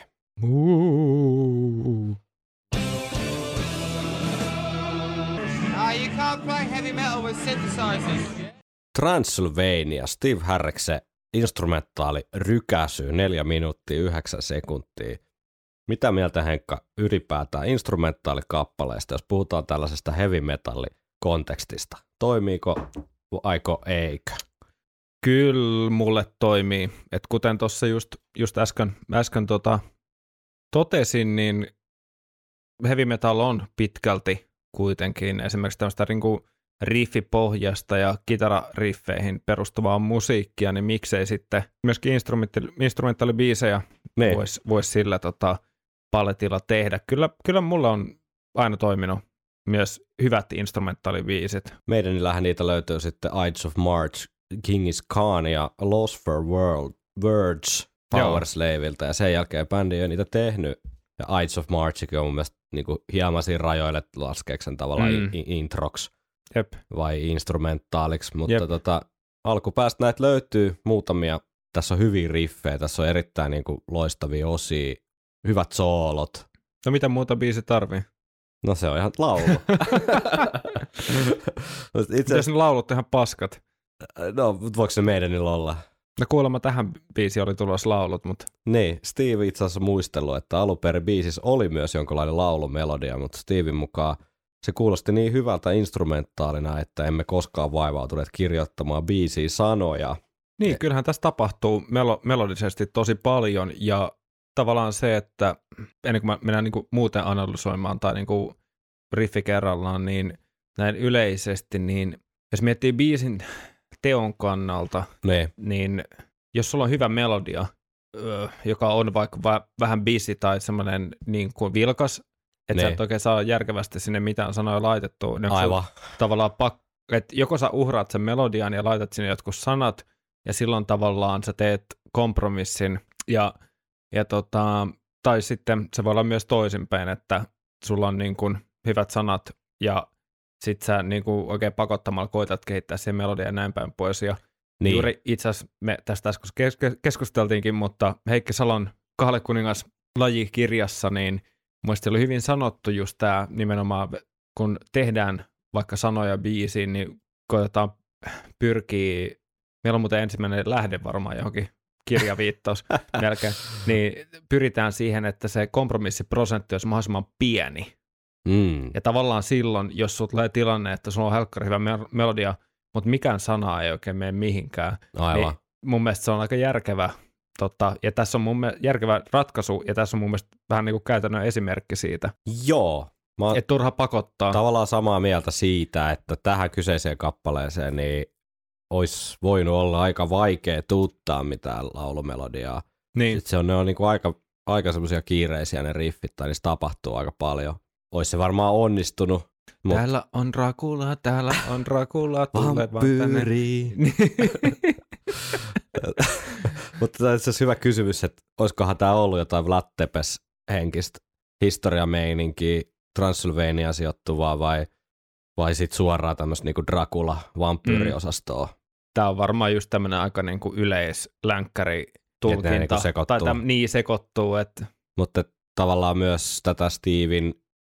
Transylvania, Steve Harriksen instrumentaali rykäsy 4 minuuttia 9 sekuntia. Mitä mieltä, Henkka, ylipäätään instrumentaalikappaleista, jos puhutaan tällaisesta heavy metalli-kontekstista? Toimiiko aiko eikö? Kyllä mulle toimii. Et kuten tuossa just äsken totesin, niin heavy metal on pitkälti kuitenkin esimerkiksi tämmöistä niinku riffipohjasta ja kitarariffeihin perustuvaa musiikkia, niin miksei sitten myöskin instrumentaalibiisejä vois sillä paletilla tehdä. Kyllä mulla on aina toiminut myös hyvät instrumentaalibiisit. Meidänillähän niitä löytyy sitten Ides of March, Genghis Khan ja Lost for Words Powerslavelta, ja sen jälkeen bändi ei ole niitä tehnyt. Ja Ides of Marchikin on mun mielestä niinku hieman siinä rajoille laskeeksi sen tavallaan introksi. Jep. Vai instrumentaaliksi, mutta alkupäästä näitä löytyy muutamia. Tässä on hyviä riffejä, tässä on erittäin niinku loistavia osia, hyvät soolot. No mitä muuta biisi tarvii? No se on ihan laulu. Mitäs ne laulut ihan paskat? No, voiko se meidänillä olla? No kuulemma tähän biisiin oli tulossa laulut, mutta... Niin, Steve itse asiassa muistellut, että alunperin biisissä oli myös jonkinlainen laulumelodia, mutta Steven mukaan se kuulosti niin hyvältä instrumentaalina, että emme koskaan vaivautuneet kirjoittamaan biisiin sanoja. Niin, kyllähän tässä tapahtuu melodisesti tosi paljon, ja tavallaan se, että ennen kuin mennään niin muuten analysoimaan tai niin riffi kerrallaan, niin näin yleisesti, niin jos miettii biisin teon kannalta, niin jos sulla on hyvä melodia, joka on vaikka vähän busy tai semmoinen niin kuin vilkas, että sä et oikein saa järkevästi sinne mitään sanoja laitettua. Niin aivan. Tavallaan että joko sä uhraat sen melodian ja laitat sinne jotkut sanat, ja silloin tavallaan sä teet kompromissin, tai sitten se voi olla myös toisinpäin, että sulla on niin kuin hyvät sanat, ja sit sä niin kuin oikein pakottamalla koetat kehittää sen melodian ja näin päin pois. Ja niin. Juuri itse asiassa me tästä äsken keskusteltiinkin, mutta Heikki Salon Kahlekuningas -lajikirjassa, niin mielestäni oli hyvin sanottu just tämä nimenomaan, kun tehdään vaikka sanoja biisiin, niin koetetaan pyrkiä, meillä on muuten ensimmäinen lähde varmaan johonkin kirjaviittaus melkein, niin pyritään siihen, että se kompromissiprosentti olisi mahdollisimman pieni. Ja tavallaan silloin, jos sulla tulee tilanne, että sulla on helkkari hyvä melodia, mutta mikään sana ei oikein mene mihinkään, niin mun mielestä se on aika järkevä. Ja tässä on mun mielestä järkevä ratkaisu, ja tässä on mun mielestä vähän niin kuin käytännön esimerkki siitä. Joo. Että turha pakottaa. Tavallaan samaa mieltä siitä, että tähän kyseiseen kappaleeseen niin olisi voinut olla aika vaikea tuuttaa mitään laulumelodiaa. Niin. Ne on niin kuin aika semmoisia kiireisiä ne riffit, tai niissä tapahtuu aika paljon. Olisi se varmaan onnistunut. Täällä on Dracula, tulee vaan tänne. Mutta tämä on itse asiassa hyvä kysymys, että olisikohan tämä ollut jotain Vlad Tepes henkistä historiameininkiä, Transylvania sijoittuvaa vai sitten suoraan tämmöistä niinku Dracula-vampyyriosastoa. Tämä on varmaan just tämmöinen aika niinku yleislänkkäri-tulkinta. Niinku sekoittuu. Tai niin sekoittuu. Mutta tavallaan myös tätä Steven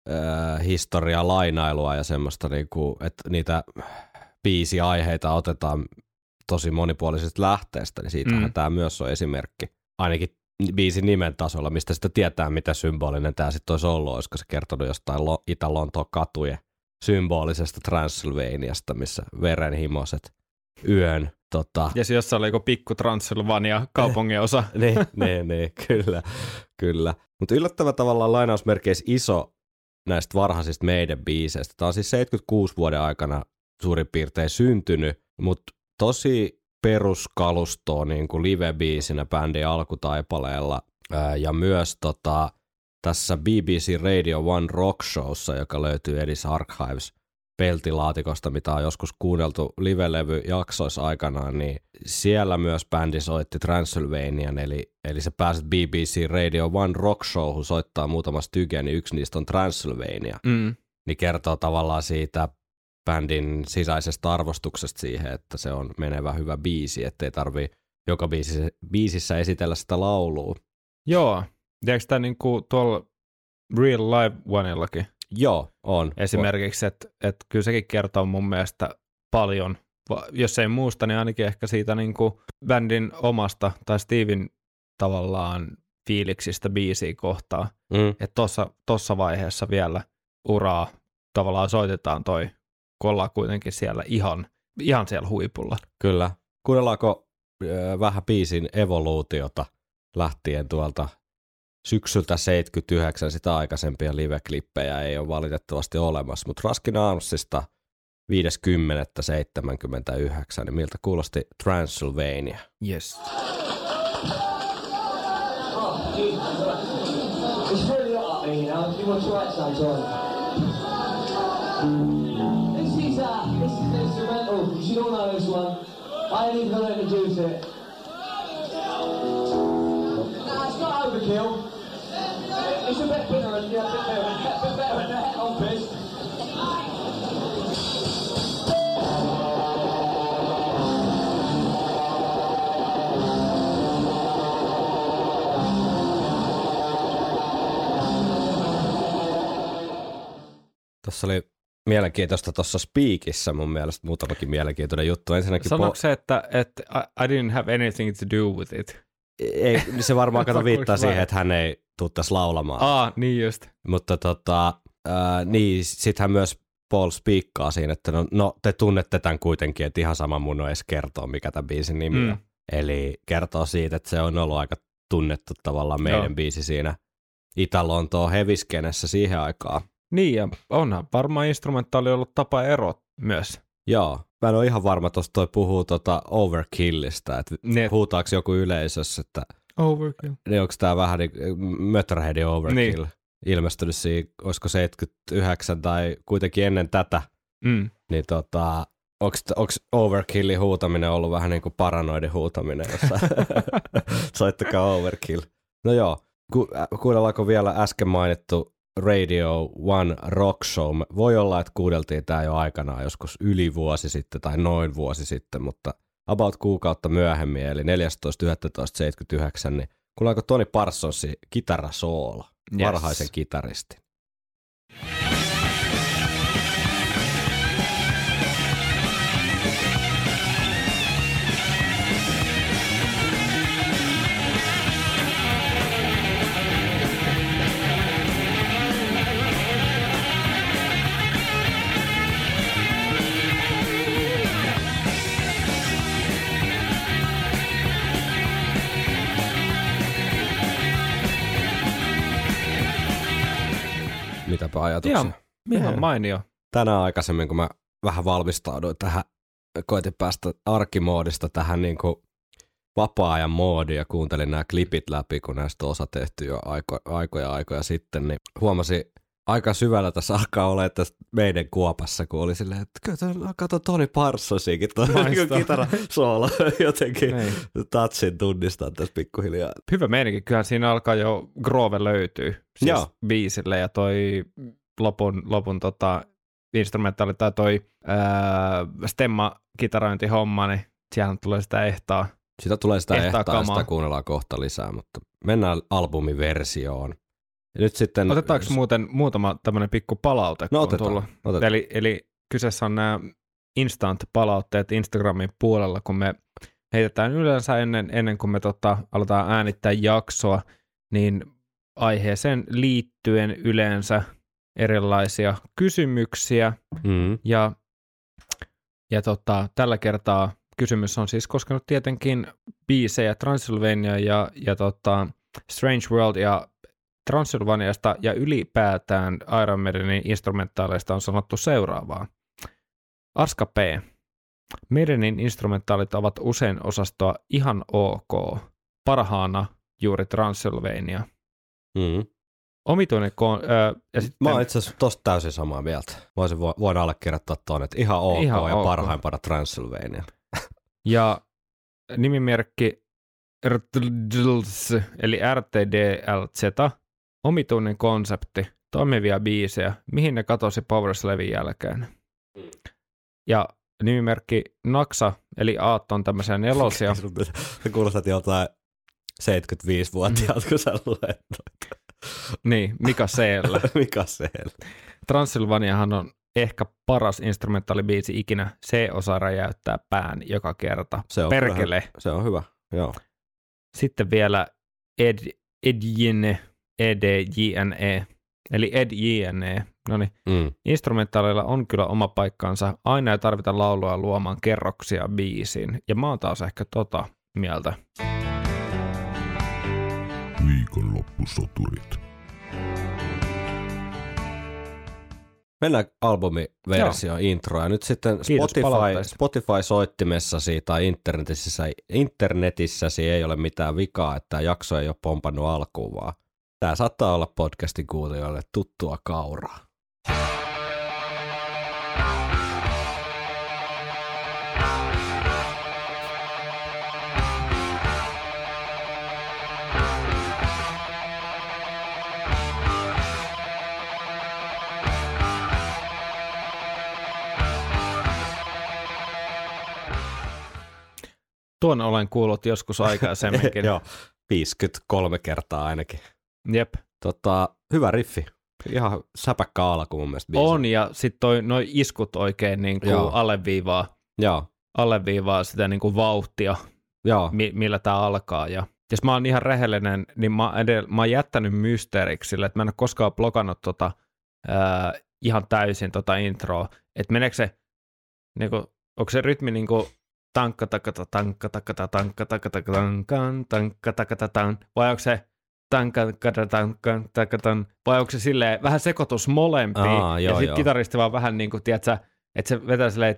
historiaa, lainailua ja semmoista, niinku, että niitä biisiaiheita otetaan tosi monipuolisesta lähteestä, niin siitähän tämä myös on esimerkki. Ainakin biisin nimen tasolla, mistä sitä tietää, mitä symbolinen tämä sitten olisi ollut, olisiko se kertonut jostain Itä-Lontoon katujen symbolisesta Transylvaniasta, missä verenhimoiset yön. Ja se jossain oli joku pikku Transylvania kaupungin osa. niin, kyllä. Mutta yllättävän tavallaan lainausmerkeissä iso näistä varhaisista meidän biiseistä. Tämä on siis 76 vuoden aikana suurin piirtein syntynyt, mutta tosi peruskalustoa niin kuin live-biisinä bändin alkutaipaleella ja myös tässä BBC Radio 1 Rock Showssa, joka löytyy Edis Archives peltilaatikosta, mitä on joskus kuunneltu live-levy-jaksoissa aikanaan, niin siellä myös bändi soitti Transylvanian, eli sä pääset BBC Radio 1 Rock Showhun soittaa muutama styge, niin yksi niistä on Transylvania. Niin kertoo tavallaan siitä bändin sisäisestä arvostuksesta siihen, että se on menevä hyvä biisi, ettei tarvii joka biisissä esitellä sitä laulua. Joo, tiedätkö tämä niinku tuolla Real Live Oneillakin? Joo, on. Esimerkiksi, että kyllä sekin kertoo mun mielestä paljon, jos ei muusta, niin ainakin ehkä siitä niinku bändin omasta tai Steven tavallaan fiiliksistä biisiä kohtaa. Että tossa vaiheessa vielä uraa tavallaan soitetaan toi, kun ollaan kuitenkin siellä ihan siellä huipulla. Kyllä. Kuunnellaanko vähän biisin evoluutiota lähtien tuolta syksyltä 79, sitä aikaisempia live-klippejä ei ole valitettavasti olemassa, mutta Ruskin Armsista 5.10.79, niin miltä kuulosti Transylvania? Yes. It's really hot in here now. You want to try it sometime? This is instrumental. You should all know this one. I ain't even gonna introduce it. Nah, it's not overkill. It's a bit better than that on piss. Tuossa oli mielenkiintoista tuossa Speakissä mun mielestä muutamakin mielenkiintoinen juttu. Ensinnäkin sanoiko se, että I didn't have anything to do with it? Ei, se varmaan viittaa siihen, että hän ei tule tässä laulamaan. Niin just. Mutta niin, sit hän myös Paul spiikkaa siinä, että no te tunnette tämän kuitenkin, että ihan sama mun on edes kertoa, mikä tämän biisin nimi on. Eli kertoo siitä, että se on ollut aika tunnettu tavallaan meidän biisi siinä Itä-Lontoon heviskenessä siihen aikaan. Niin, ja onhan varmaan instrumentaali ollut tapa erot myös. Joo, mä en ole ihan varma, tuosta toi puhuu Overkillistä, että huutaako joku yleisössä, että Overkill. Niin onko tää vähän niin Motorheadin Overkill ilmestynyt siinä, olisiko 79 tai kuitenkin ennen tätä, niin onko Overkillin huutaminen ollut vähän niin kuin paranoidin huutaminen, jossa soittakaa Overkill. No joo, kuunnellaanko vielä äsken mainittu Radio 1 Rock Show. Voi olla, että kuudeltiin tämä jo aikanaan joskus yli vuosi sitten tai noin vuosi sitten, mutta about kuukautta myöhemmin, eli 14.11.79, niin kuullaanko Tony Parsonsin kitarasoolo, varhaisen kitaristin. Mitäpä ajatuksia? Ihan mainio. Tänään aikaisemmin, kun mä vähän valmistauduin tähän, koitin päästä arkimoodista tähän niin kuin vapaa-ajan moodiin ja kuuntelin nämä klipit läpi, kun näistä on osa tehty jo aikoja sitten, niin huomasin aika syvällä tässä alkaa olla tässä meidän kuopassa, kun oli silleen, että kato Tony Parsonsiakin tuo kitarasoolo jotenkin touchin tunnistaa tässä pikkuhiljaa. Hyvä meininki, kyllähän siinä alkaa jo groove löytyy siis biisille ja toi lopun instrumentaali tai toi stemma-kitarointihomma, niin siellä tulee sitä ehtaa. Sitä tulee sitä ehtaa, sitä kuunnellaan kohta lisää, mutta mennään albumiversioon. nyt sitten... Otetaanko muuten muutama tämmöinen pikku palaute? No otetaan. Eli kyseessä on nämä instant-palautteet Instagramin puolella, kun me heitetään yleensä ennen kuin me aletaan äänittää jaksoa, niin aiheeseen liittyen yleensä erilaisia kysymyksiä. Ja tällä kertaa kysymys on siis koskenut tietenkin biisejä Transylvania ja Strange World ja Transylvaniasta ja ylipäätään Iron Maidenin instrumentaaleista on sanottu seuraavaa. Arska P. Maidenin instrumentaalit ovat usein osastoa ihan ok. Parhaana juuri Transylvania. Omituinen ja sitten... Mä oon itse asiassa tosta täysin samaa mieltä. Voin allekirjoittaa tuonne, että ihan ok ja parhaimpana Transylvania. Ja nimimerkki eli RTDLZ, omituinen konsepti, toimivia biisejä, mihin ne katosi Powerslavin jälkeen. Ja nimimerkki Naksa, eli Aat on tämmöisiä nelosia. Se kuulostat joltain 75-vuotiaalta, kun sä luet. Niin, Mika Seellä. Mika Seellä. Transylvaniahan on ehkä paras instrumentaalibiisi ikinä. Se osaa räjäyttää pään joka kerta. Se on perkele. Se on hyvä, joo. Sitten vielä EDJNE, eli EDJNE. Noniin. Instrumentaaleilla on kyllä oma paikkansa. Aina ei tarvita laulua luomaan kerroksia biisiin. Ja mä oon taas ehkä mieltä. Viikonloppusoturit. Mennään albumiversioon introa. Ja nyt sitten Spotify-soittimessasi tai internetissäsi ei ole mitään vikaa, että tämä jakso ei ole pompannut alkuun, vaan tämä saattaa olla podcastin kuulijoille tuttua kauraa. Tuon olen kuullut joskus aikaisemminkin. Joo, 53 kertaa ainakin. Jep. Hyvä riffi. Ihan säpäkkä alku mun mielestä biisi. On, ja sitten noi iskut oikein niin kuin alleviivaa sitä niin kuin vauhtia, millä tämä alkaa. Ja jos mä oon ihan rehellinen, niin mä oon jättänyt mysteeriksi sille, että mä en ole koskaan blokannut ihan täysin introa. Että meneekö se, niin kuin, onko se rytmi niin kuin tankka takata tankka takata tankka takata tankka takata tankka, vai onko se tankka tankka takata, vai onko se silleen vähän sekoitus molempiin, ja sitten kitaristi vaan vähän niin kuin, tiedätkö, että se vetää silleen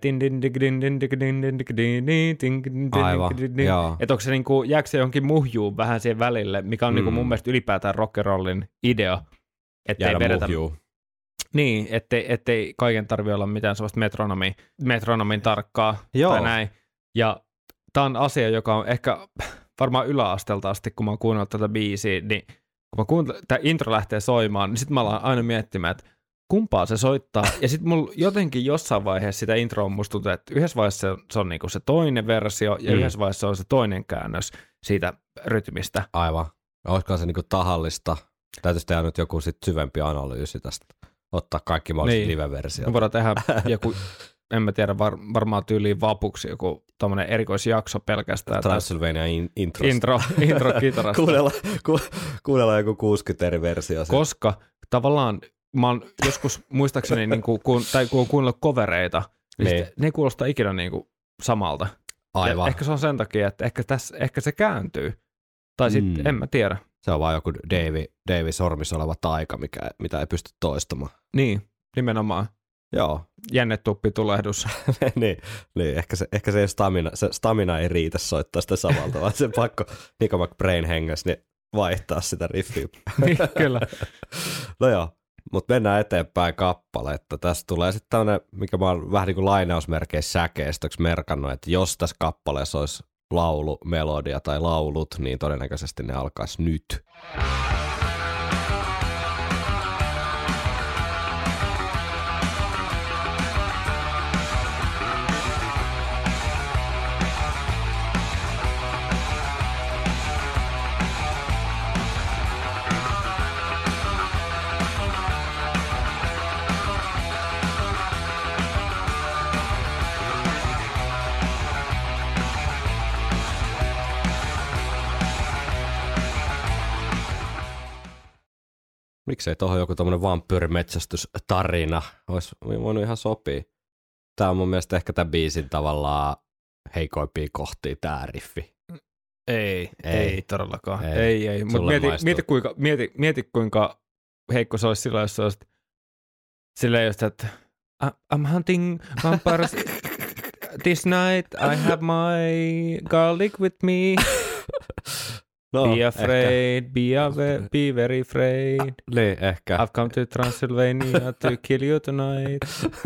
että onko se niin kuin, jääkö se johonkin muhjuun vähän siihen välille, mikä on niin kuin mun mielestä ylipäätään rock'n'rollin idea, ettei vedetä. Niin, ettei kaiken tarvitse olla mitään sellaista metronomin tarkkaa tai näin. Ja tämä on asia, joka on ehkä varmaan yläasteelta asti, kun mä oon kuunnellut tätä biisiä, niin kun tämä intro lähtee soimaan, niin sitten mä alan aina miettimään, että kumpaa se soittaa. Ja sitten mulla jotenkin jossain vaiheessa sitä introa musta tuntuu, että yhdessä vaiheessa se on niinku se toinen versio, ja yhdessä vaiheessa se on se toinen käännös siitä rytmistä. Aivan. Olisikohan se niinku tahallista? Täytyisi tehdä nyt joku sit syvempi analyysi tästä. Ottaa kaikki mahdolliset live-versiot. Me voidaan tehdä joku, en mä tiedä, varmaan tyyliin vapuksi joku tommonen erikoisjakso pelkästään. Transylvania intro kitarasta. Kuunnellaan joku 60 eri versio. Koska tavallaan mä oon joskus muistaakseni, kun on kuunnellut covereita, niin ne ei kuulosta ikinä samalta. Aivan. Ja ehkä se on sen takia, että ehkä se kääntyy. Tai sitten en mä tiedä. Se on vaan joku Davey sormissa oleva taika, mitä ei pysty toistamaan. Niin, nimenomaan. Joo. Jännetuppitulehdus. niin, ehkä se stamina ei riitä soittaa sitä samalta, vaan se pakko Nico McBrain hengessä niin vaihtaa sitä riffiä. Niin, kyllä. No joo, mutta mennään eteenpäin kappaletta. Tässä tulee sitten tämmöinen, mikä mä oon vähän niin kuin lainausmerkeissä säkeistöksi merkannut, että jos tässä kappaleessa olisi laulu, melodia tai laulut, niin todennäköisesti ne alkaisi nyt. Miksei tuohon joku tommonen vampyyrimetsästystarina olisi voinut ihan sopia. Tää on mun mielestä ehkä tämän biisin tavallaan heikoimpia kohtia, tää riffi. Ei todellakaan. Ei. Mutta mieti kuinka heikko se olisi silloin, jos se olisi silleen just, että I'm hunting vampires this night, I have my garlic with me. No, be afraid, be very afraid. Niin, ehkä. I've come to Transylvania to kill you tonight.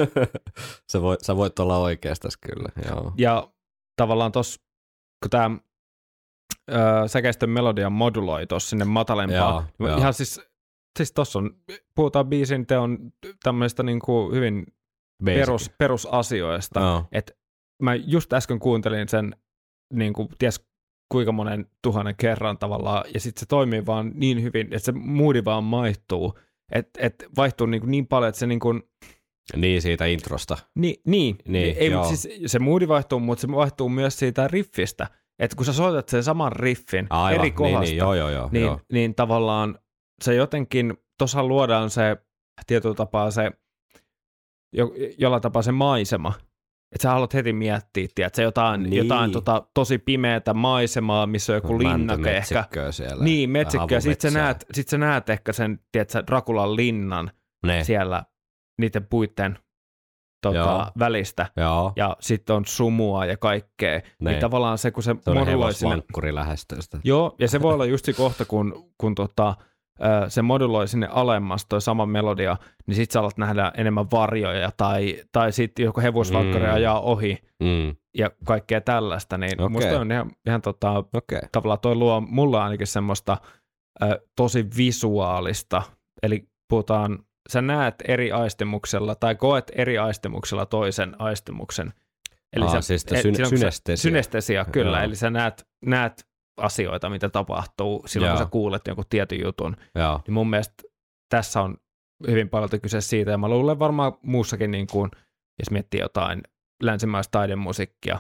Sä voit olla oikeastas kyllä, joo. Ja tavallaan tossa, kun tää säkeistön melodia moduloi tossa sinne matalempaan, ihan siis tossa on, puhutaan biisin teon tämmöistä niinku hyvin perusasioista, että mä just äsken kuuntelin sen niinku ties kuinka monen 1000 kerran tavallaan, ja sitten se toimii vaan niin hyvin, että se moodi vaan maihtuu, että vaihtuu niin paljon, että se Niin, siitä introsta. Niin. Ei, siis se moodi vaihtuu, mutta se vaihtuu myös siitä riffistä, että kun sä soitat sen saman riffin eri kohdasta, niin tavallaan se jotenkin, tuossa luodaan se tietyllä tapaa se, jollain tapaa se maisema, että sä haluat heti miettiä, tiedätkö, jotain tosi pimeätä maisemaa, missä on joku linnake ehkä. Siellä. Niin, metsikköä. Sitten sä näet ehkä sen, tiedätkö, Draculan linnan siellä niiden puitten välistä. Joo. Ja sitten on sumua ja kaikkea. Niin tavallaan se, kun se moduloi sinne. Joo, ja se voi olla just se kohta, kun se moduloi sinne alemmas toi sama melodia, niin sit sä alat nähdä enemmän varjoja tai sitten joku hevosvalkkari ajaa ohi ja kaikkea tällaista, niin musta on ihan tavallaan toi luo mulla ainakin semmoista tosi visuaalista, eli puhutaan, sä näet eri aistimuksella tai koet eri aistimuksella toisen aistimuksen. Eli siis synestesia, kyllä, eli sä näet asioita, mitä tapahtuu silloin, kun sä kuulet jonkun tietyn jutun. Niin mun mielestä tässä on hyvin paljon kyse siitä, ja mä luulen varmaan muussakin, niin kuin, jos miettii jotain länsimaista taidemusiikkia,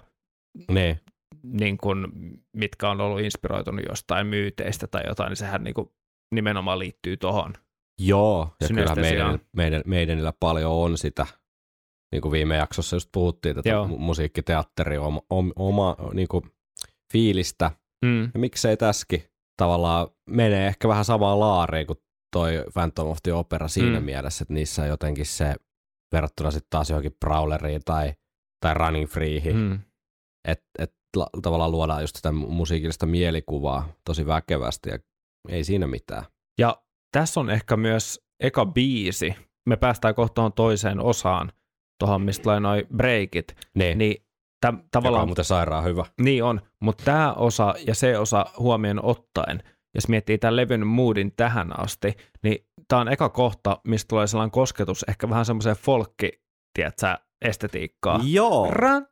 niin kuin, mitkä on ollut inspiroitunut jostain myyteistä tai jotain, niin sehän niin kuin nimenomaan liittyy tohon. Joo, ja kyllä meidänillä paljon on sitä, niin kuin viime jaksossa just puhuttiin, tätä musiikkiteatteri oma niin kuin fiilistä. Ja miksei tässäkin tavallaan menee ehkä vähän samaan laariin kuin toi Phantom of the Opera siinä mielessä, että niissä on jotenkin se verrattuna sitten taas johonkin Brawleriin tai Running Freeihin, että tavallaan luodaan just sitä musiikillista mielikuvaa tosi väkevästi ja ei siinä mitään. Ja tässä on ehkä myös eka biisi, me päästään kohtaan toiseen osaan, tuohon mistä tulee noi breakit, niin tavallaan, joka on muuten sairaan hyvä. Niin on, mutta tämä osa ja se osa huomioon ottaen, jos miettii tämän levyn moodin tähän asti, niin tämä on eka kohta, mistä tulee sellainen kosketus, ehkä vähän semmoiseen folkki, tiedätkö, estetiikkaa. Joo,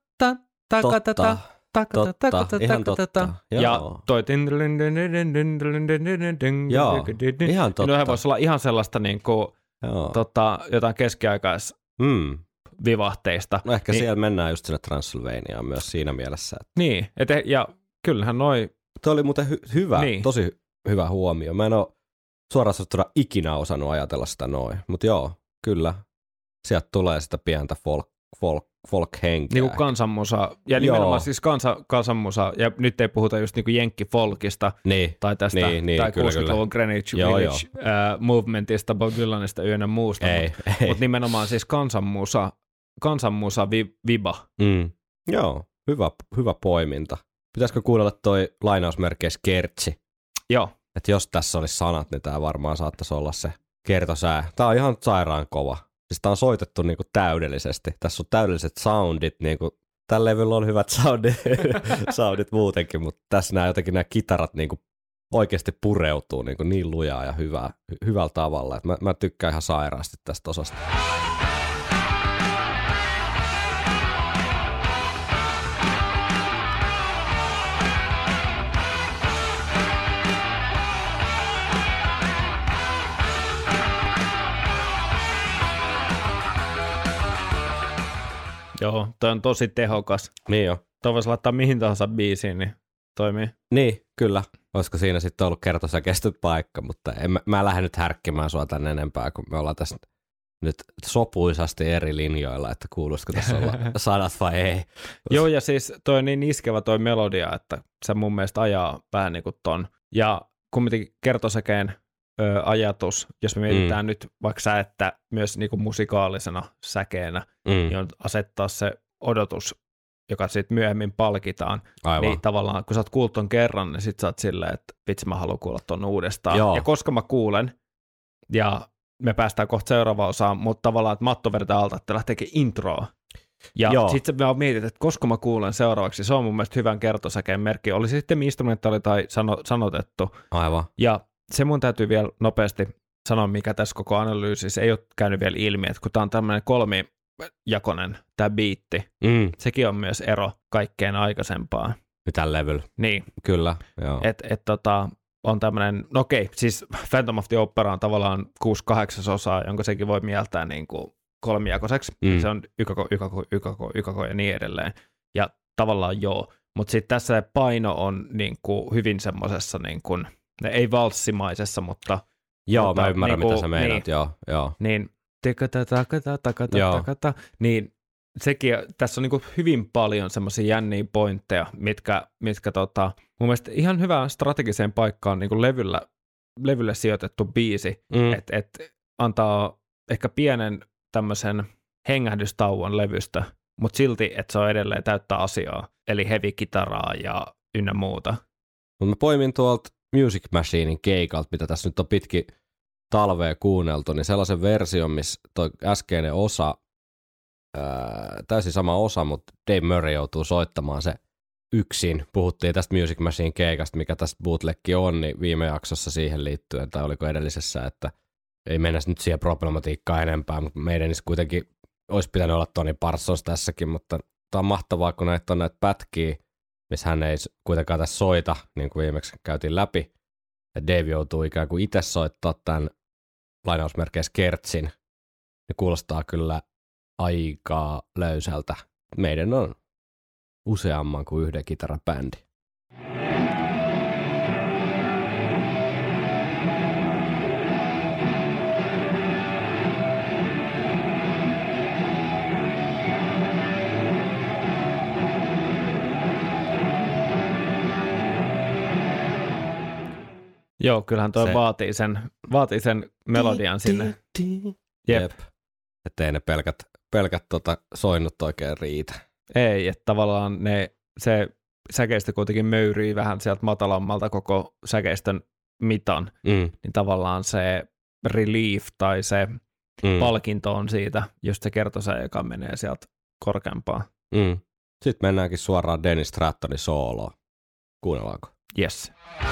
totta. Ihan totta. Ja toi ihan totta. Noihän voisi olla ihan sellaista niinku, jotain keskiaikais vivahteista. No ehkä siellä mennään just sinne Transylvaniaan myös siinä mielessä. Että... Niin, ja kyllähän Tuo oli muuten tosi hyvä huomio. Mä en ole suoraan sanottuna ikinä osannut ajatella sitä noin, mutta joo, kyllä. Sieltä tulee sitä pientä folk-henkeä. Niin kuin kansanmusa, ja nimenomaan siis kansanmusa, ja nyt ei puhuta just niin kuin jenkkifolkista, tai tästä, tai 60-luvun Greenwich Village movementista, Bob Dylanista ynnä muusta, mutta nimenomaan siis kansanmusa viba. Joo, hyvä poiminta. Pitäisikö kuunnella toi lainausmerkeissä kertsi? Joo. Että jos tässä olisi sanat, niin tämä varmaan saattaisi olla se kertosää. Tämä on ihan sairaan kova. Siis tämä on soitettu niinku täydellisesti. Tässä on täydelliset soundit. Niinku, tällä levyllä on hyvät soundit muutenkin, mutta tässä nämä kitarat niinku oikeasti pureutuu niinku niin lujaa ja hyvällä tavalla. Et mä tykkään ihan sairaasti tästä osasta. Joo, toi on tosi tehokas. Niin jo. Toi voisi laittaa mihin tahansa biisiin, niin toimii. Niin, kyllä. Olisiko siinä sitten ollut kertosäkeisty paikka, mutta mä lähden nyt härkkimään sua tänne enempää, kun me ollaan tässä nyt sopuisasti eri linjoilla, että kuuluisiko tässä olla sanat vai ei. Joo, ja siis toi on niin iskevä toi melodia, että se mun mielestä ajaa vähän niin kuin ton. Ja kumminkin kertosäkeen ajatus, jos me mietitään nyt vaikka säettä myös niin kuin musikaalisena säkeenä, niin on asettaa se odotus, joka sitten myöhemmin palkitaan. Aivan. Niin tavallaan, kun sä oot kuullut ton kerran, niin sit sä oot silleen, että vitsi mä haluan kuulla ton uudestaan. Joo. Ja koska mä kuulen, ja me päästään kohta seuraavaan osaan, mutta tavallaan, että matto vedetään alta, että lähteekin introa. Ja sitten me mietit, että koska mä kuulen seuraavaksi, se on mun mielestä hyvän kertosäkeen merkki. Oli se sitten instrumentaali tai sanotettu. Aivan. Ja se mun täytyy vielä nopeasti sanoa, mikä tässä koko analyysissä ei ole käynyt vielä ilmi, että kun tää on tämmöinen kolmijakoinen, tää biitti, sekin on myös ero kaikkeen aikaisempaan. Mitä levyllä. Niin. Kyllä, joo. On tämmöinen, no okei, siis Phantom of the Opera on tavallaan 6/8 osaa, jonka sekin voi mieltää niin kuin kolmijakoiseksi. Se on ykako ja niin edelleen. Ja tavallaan joo, mutta sitten tässä paino on niin kuin hyvin semmoisessa, niin kuin, ei valssimaisessa, mutta... Joo, mä ymmärrän, mitä sä meinaat, joo. Niin, niin sekin, tässä on niin kuin hyvin paljon semmoisia jänniä pointteja, mitkä mun mielestä ihan hyvään strategiseen paikkaan niin kuin levylle sijoitettu biisi, että antaa ehkä pienen tämmöisen hengähdystauon levystä, mutta silti, että se on edelleen täyttää asiaa, eli heavy-kitaraa ja ynnä muuta. Mutta mä poimin tuolta Music Machinein keikalta, mitä tässä nyt on pitkin talvea kuunneltu, niin sellaisen version, missä toi äskeinen osa, täysin sama osa, mutta Dave Murray joutuu soittamaan se yksin. Puhuttiin tästä Music Machine keikasta, mikä tästä bootlegkin on, niin viime jaksossa siihen liittyen, tai oliko edellisessä, että ei mennä nyt siihen problematiikkaan enempää, mutta meidän kuitenkin olisi pitänyt olla Tony Parsons tässäkin, mutta tämä on mahtavaa, kun näitä on näitä pätkiä, missä hän ei kuitenkaan tässä soita, niin kuin viimeksi käytiin läpi, ja Dave joutuu ikään kuin itse soittaa tämän lainausmerkeissä kertsin, niin kuulostaa kyllä aika löysältä. Meidän on useamman kuin yhden kitarabändi. Joo, kyllähän toi vaatii sen melodian sinne. Jep. Ettei ne pelkät soinnut oikein riitä. Ei, että tavallaan se säkeistö kuitenkin möyrii vähän sieltä matalammalta koko säkeistön mitan, niin tavallaan se relief tai se palkinto on siitä, just se kertosäe, joka menee sieltä korkeampaan. Sitten mennäänkin suoraan Dennis Strattonin sooloon. Kuunnellaanko? Yes.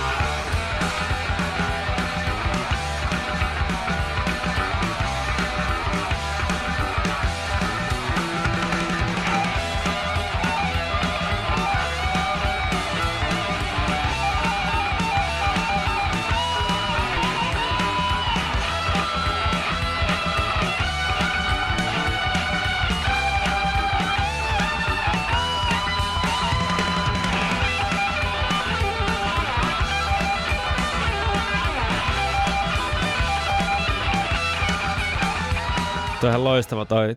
Toi on ihan loistava toi.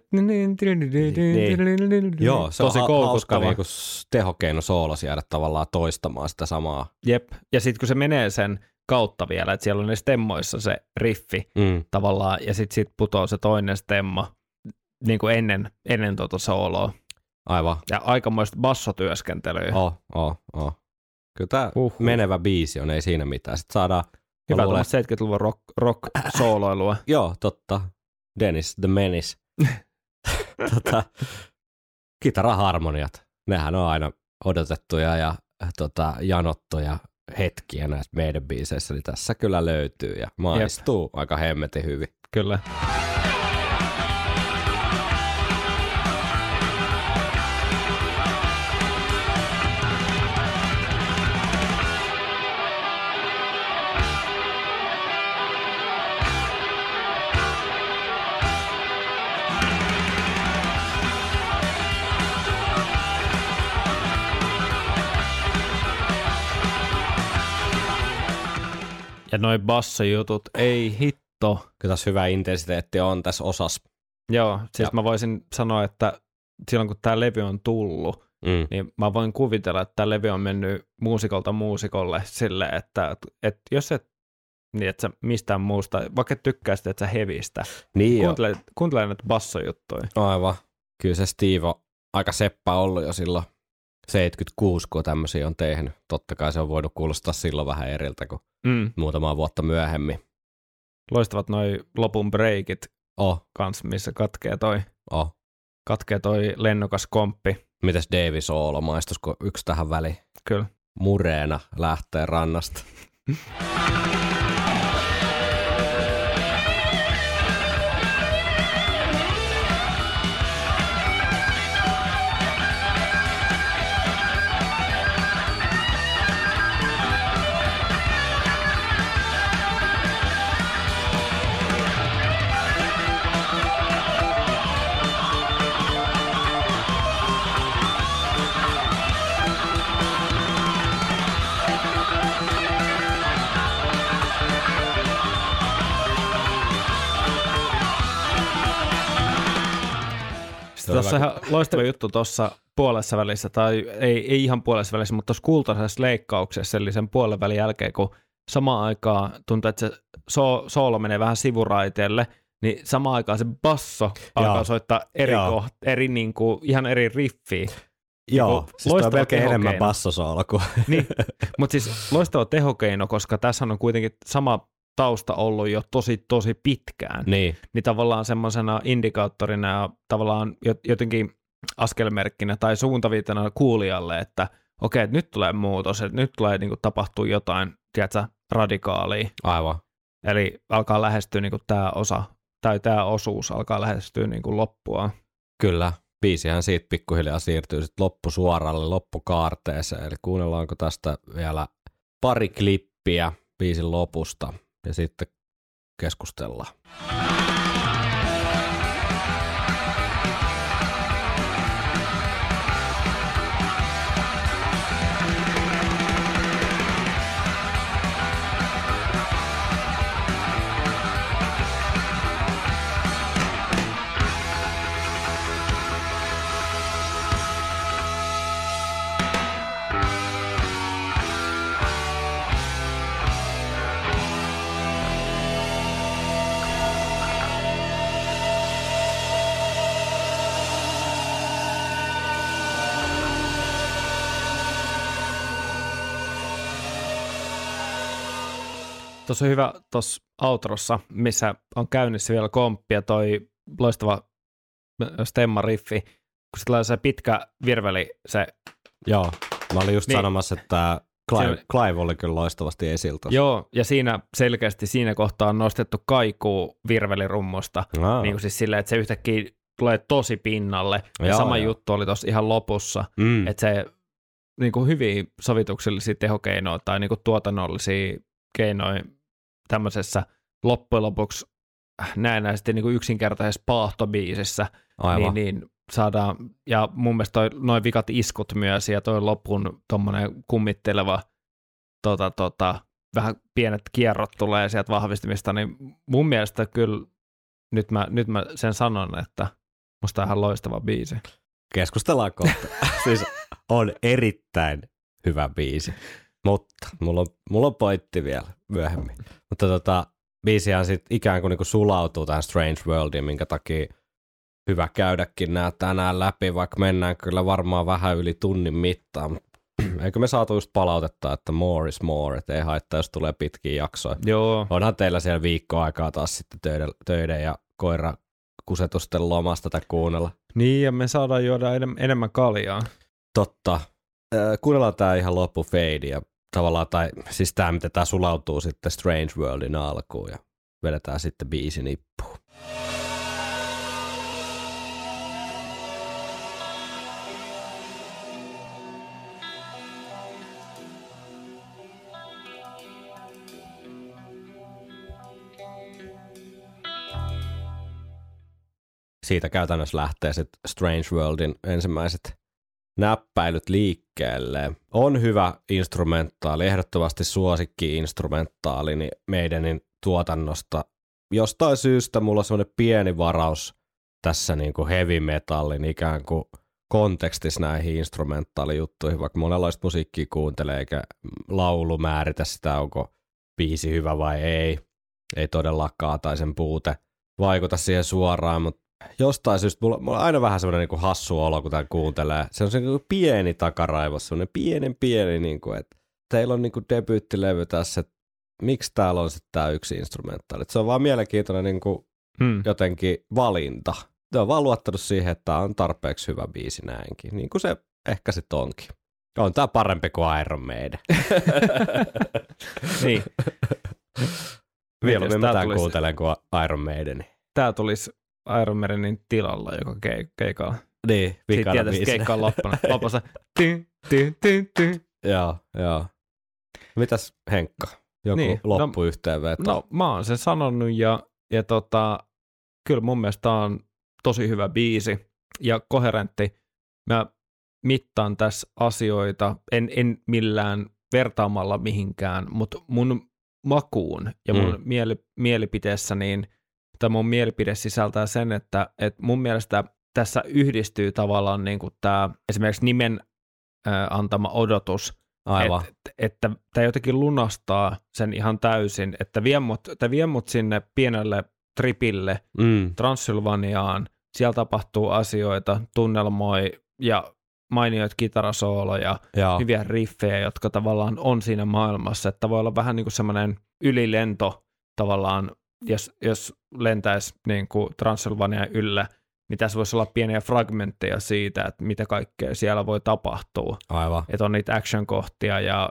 Joo, se tosi on hauska koukuttava. niinku tehokeino soolos jäädä tavallaan toistamaan sitä samaa. Jep, ja sitten kun se menee sen kautta vielä, että siellä on ne stemmoissa se riffi tavallaan, ja sitten sit putoo se toinen stemma niin kuin ennen tuota sooloa. Aivan. Ja aikamoista bassotyöskentelyä. Kyllä tämä menevä biisi on, ei siinä mitään. Sitten saadaan... Hyvä tuollaista 70-luvun rock-sooloilua. Joo, totta. Dennis the Menace. Kitaraharmoniat. Nehän on aina odotettuja ja janottuja hetkiä näistä meidän biiseissä, niin tässä kyllä löytyy ja maistuu aika hemmetin hyvin. Kyllä. Ja noi bassojutut, ei hitto. Kyllä tässä hyvä intensiteetti on tässä osassa. Joo, siis mä voisin sanoa, että silloin kun tää levy on tullut, niin mä voin kuvitella, että tää levy on mennyt muusikolta muusikolle silleen, että jos et niin, että sä mistään muusta, vaikka et tykkää sitä, että sä hevistä, niin kuuntele näitä bassojuttuja. Aivan. Kyllä se Steve on aika seppä ollut jo silloin 76, kun tämmöisiä on tehnyt. Totta kai se on voinut kuulostaa silloin vähän eriltä kuin muutamaa vuotta myöhemmin. Loistavat noi lopun breakit kans, missä katkee toi lennokas komppi. Mites Davey Soolo, maistusko yksi tähän väliin? Kyllä. Mureena lähtee rannasta. Tuossa on ihan loistava juttu tuossa puolessa välissä, tai ei ihan puolessa välissä, mutta tuossa kultaisessa leikkauksessa, eli sen puolen välin jälkeen, kun samaan aikaan tuntuu, että se soolo menee vähän sivuraiteelle, niin samaan aikaan se basso alkaa soittaa eri niin kuin, ihan eri riffiä. Joo, siis on melkein enemmän bassosoolo kuin. Niin, mutta siis loistava tehokeino, koska tässä on kuitenkin sama tausta ollut jo tosi pitkään, niin tavallaan semmoisena indikaattorina ja tavallaan jotenkin askelmerkkinä tai suuntaviitana kuulijalle, että okei, että nyt tulee muutos, että nyt tulee niin kuin, tapahtuu jotain, tiedätkö, radikaalia. Aivan. Eli alkaa lähestyä niin kuin, tämä osa, tai tämä osuus alkaa lähestyä niin kuin, loppua. Kyllä, biisihän siitä pikkuhiljaa siirtyy sitten loppusuoralle, loppukaarteeseen, eli kuunnellaanko tästä vielä pari klippiä biisin lopusta. Ja sitten keskustellaan. Tuossa on hyvä tuossa outrossa, missä on käynnissä vielä komppi ja toi loistava stemma-riffi, kun se tulee se pitkä virveli, se. Joo, mä olin just sanomassa, että Clive oli kyllä loistavasti esillä tuossa. Joo, ja siinä selkeästi siinä kohtaa on nostettu kaikuu virvelirummusta, niin kuin siis silleen, että se yhtäkkiä tulee tosi pinnalle, ja sama juttu oli tuossa ihan lopussa, että se niin kuin hyviä sovituksellisia tehokeinoja tai niin kuin tuotannollisia keinoja tämmöisessä loppujen lopuksi näennäisesti niin kuin yksinkertaisessa paahtobiisissä, niin saadaan, ja mun mielestä noin vikat iskut myös, ja toi lopun tommonen kummitteleva vähän pienet kierrot tulee sieltä vahvistimista, niin mun mielestä kyllä nyt mä sen sanon, että musta on ihan loistava biisi. Keskustellaan kohta. Siis on erittäin hyvä biisi. Mutta mulla on pointti vielä myöhemmin. Mutta biisihän sitten ikään kuin niinku sulautuu tähän Strange Worldiin, minkä takia hyvä käydäkin nää tänään läpi, vaikka mennään kyllä varmaan vähän yli tunnin mittaan. Eikö me saatu just palautetta, että more is more, että ei haittaa, jos tulee pitkiä jaksoja. Joo. Onhan teillä siellä viikkoaikaa taas sitten töiden ja koirakusetusten lomasta tätä kuunnella. Niin, ja me saadaan juoda enemmän kaljaa. Totta. Kuunnellaan tää ihan loppu fade ja tavallaan, tai siis tää, miten tää sulautuu sitten Strange Worldin alkuun ja vedetään sitten biisi nippuun. Siitä käytännössä lähtee sitten Strange Worldin ensimmäiset näppäilyt liikkeelle. On hyvä instrumentaali, ehdottomasti suosikki-instrumentaalini meidänin tuotannosta. Jostain syystä mulla on semmoinen pieni varaus tässä niin kuin heavy metallin ikään kuin kontekstissa näihin instrumentaalijuttuihin, vaikka monenlaista musiikkia kuuntelee, eikä laulu määritä sitä, onko biisi hyvä vai ei. Ei todellakaan, tai sen puute vaikuta siihen suoraan, mutta jostain syystä mulla on aina vähän semmoinen niin kuin hassu olo, kun tämän kuuntelee. Se on se niin kuin pieni takaraivos, semmoinen pieni, niin kuin, että teillä on niin kuin debyyttilevy tässä, että miksi täällä on sitten tämä yksi instrumentaali. Se on vaan mielenkiintoinen niin kuin jotenkin valinta. Ne on vaan luottanut siihen, että tämä on tarpeeksi hyvä biisi näinkin, niin kuin se ehkä sitten onkin. On tämä parempi kuin Iron Maiden. Niin. Mieluummin mä tämän kuuntelen kuin Iron Maiden. Tämä tulisi Iron Maidenin tilalla, joka keikalla. Niin, vikana biisinä. Sitten keikka on loppuna. Joo. Mitäs Henkka? Joku niin, loppuyhteenveto? No mä oon sen sanonut ja kyllä mun mielestä tää on tosi hyvä biisi ja koherentti. Mä mittaan tässä asioita, en millään vertaamalla mihinkään, mutta mun makuun ja mun mielipiteessä, niin mun mielipide sisältää sen, että mun mielestä tässä yhdistyy tavallaan niin kuin tämä esimerkiksi nimen antama odotus, että tämä jotenkin lunastaa sen ihan täysin, että vie mut sinne pienelle tripille Transylvaniaan, siellä tapahtuu asioita, tunnelmoi ja mainioit kitarasooloja, hyviä riffejä, jotka tavallaan on siinä maailmassa, että voi olla vähän niin kuin semmoinen ylilento tavallaan, jos lentäisi niin kuin Transylvanian yllä, niin tässä voisi olla pieniä fragmentteja siitä, että mitä kaikkea siellä voi tapahtua. Aivan. Että on niitä action-kohtia ja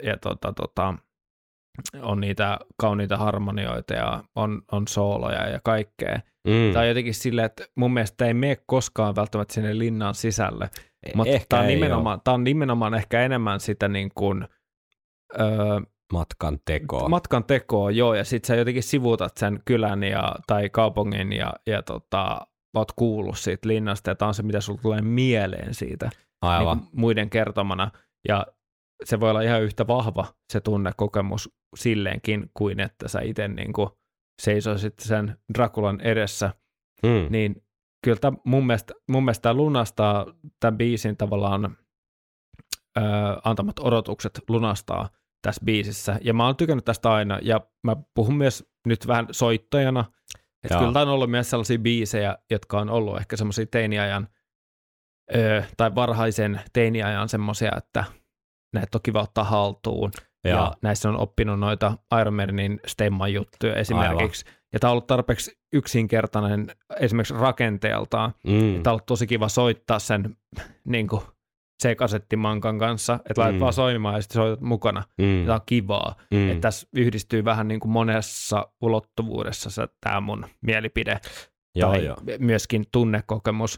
on niitä kauniita harmonioita ja on sooloja ja kaikkea. Tai jotenkin silleen, että mun mielestä ei mene koskaan välttämättä sinne linnan sisälle. Mutta tämä on nimenomaan ehkä enemmän sitä niin kuin matkan tekoa, joo, ja sit sä jotenkin sivuutat sen kylän tai kaupungin ja oot kuullut siitä linnasta, ja tää on se, mitä sulla tulee mieleen siitä niin muiden kertomana, ja se voi olla ihan yhtä vahva se tunnekokemus silleenkin, kuin että sä itse niin kuin seisoisit sen Draculan edessä, niin kyllä mun mielestä tämä lunastaa tämän biisin tavallaan antamat odotukset lunastaa tässä biisissä, ja mä oon tykännyt tästä aina, ja mä puhun myös nyt vähän soittajana, että kyllä tämä on ollut myös sellaisia biisejä, jotka on ollut ehkä semmoisia teiniajan tai varhaisen teiniajan semmoisia, että näitä on kiva ottaa haltuun, ja näissä on oppinut noita Iron Maidenin stemman juttuja esimerkiksi, ja tämä on ollut tarpeeksi yksinkertainen esimerkiksi rakenteeltaan, että on ollut tosi kiva soittaa sen niin kuin C-kasettimankan kanssa, että laitat vaan soimaan ja sitten soitat mukana. Tämä on kivaa. Että tässä yhdistyy vähän niin kuin monessa ulottuvuudessa tämä mun mielipide. Tai myöskin tunnekokemus.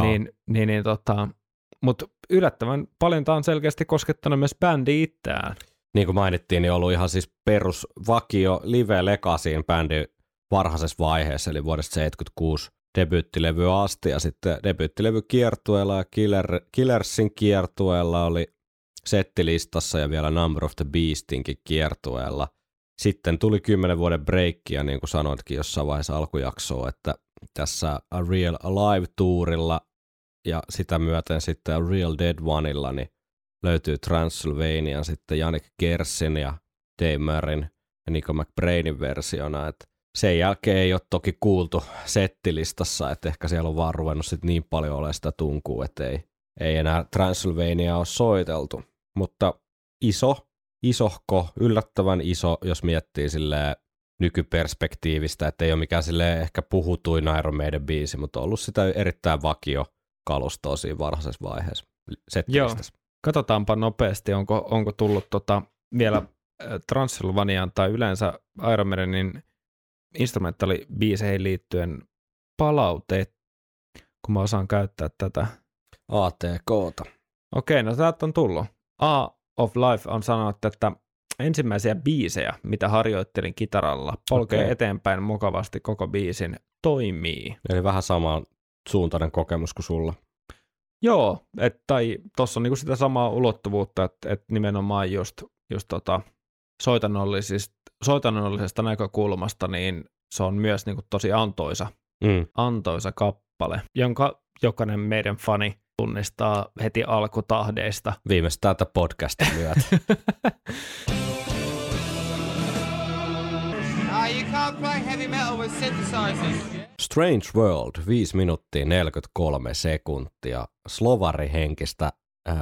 Mutta yllättävän paljon tämä on selkeästi koskettanut myös bändi itseään. Niin kuin mainittiin, niin on ollut ihan siis perusvakio live legasiin bändin varhaisessa vaiheessa, eli vuodesta 1976 debyyttilevyä asti, ja sitten debyyttilevy kiertueella ja Killersin kiertueella oli settilistassa ja vielä Number of the Beastinkin kiertueella. Sitten tuli 10 vuoden breikki, ja niin kuin sanoitkin jossain vaiheessa alkujaksoa, että tässä A Real Alive-tuurilla ja sitä myöten sitten A Real Dead Oneilla niin löytyy Transylvanian sitten Jannik Kersin ja Dave Marrin ja Nico McBrainin versiona, että sen jälkeen ei ole toki kuultu settilistassa, että ehkä siellä on vaan ruvennut sit niin paljon olemaan sitä tunkua, että ei enää Transylvania ole soiteltu. Mutta isohko, yllättävän iso, jos miettii silleen nykyperspektiivistä, että ei ole mikään silleen ehkä puhutuin Iron Maiden biisi, mutta on ollut sitä erittäin vakio kalustoa siinä varhaisessa vaiheessa settilistassa. Joo, katsotaanpa nopeasti, onko tullut vielä Transylvanian tai yleensä Iron Maidenin instrumentaalibiiseihin liittyen palautteet, kun mä osaan käyttää tätä. ATK:ta. Okei, no täältä on tullut. A of Life on sanonut, että ensimmäisiä biisejä, mitä harjoittelin kitaralla, polkee eteenpäin mukavasti koko biisin, toimii. Eli vähän saman suuntainen kokemus kuin sulla. Joo, tai tuossa on niinku sitä samaa ulottuvuutta, että nimenomaan just soitannollisesta näkökulmasta, niin se on myös niinku tosi antoisa kappale, jonka jokainen meidän fani tunnistaa heti alkutahdeista. Viimeistään tätä podcastin myötä. You can't play heavy metal with synthesizers. Strange World, 5 minuuttia 43 sekuntia. Slovari-henkistä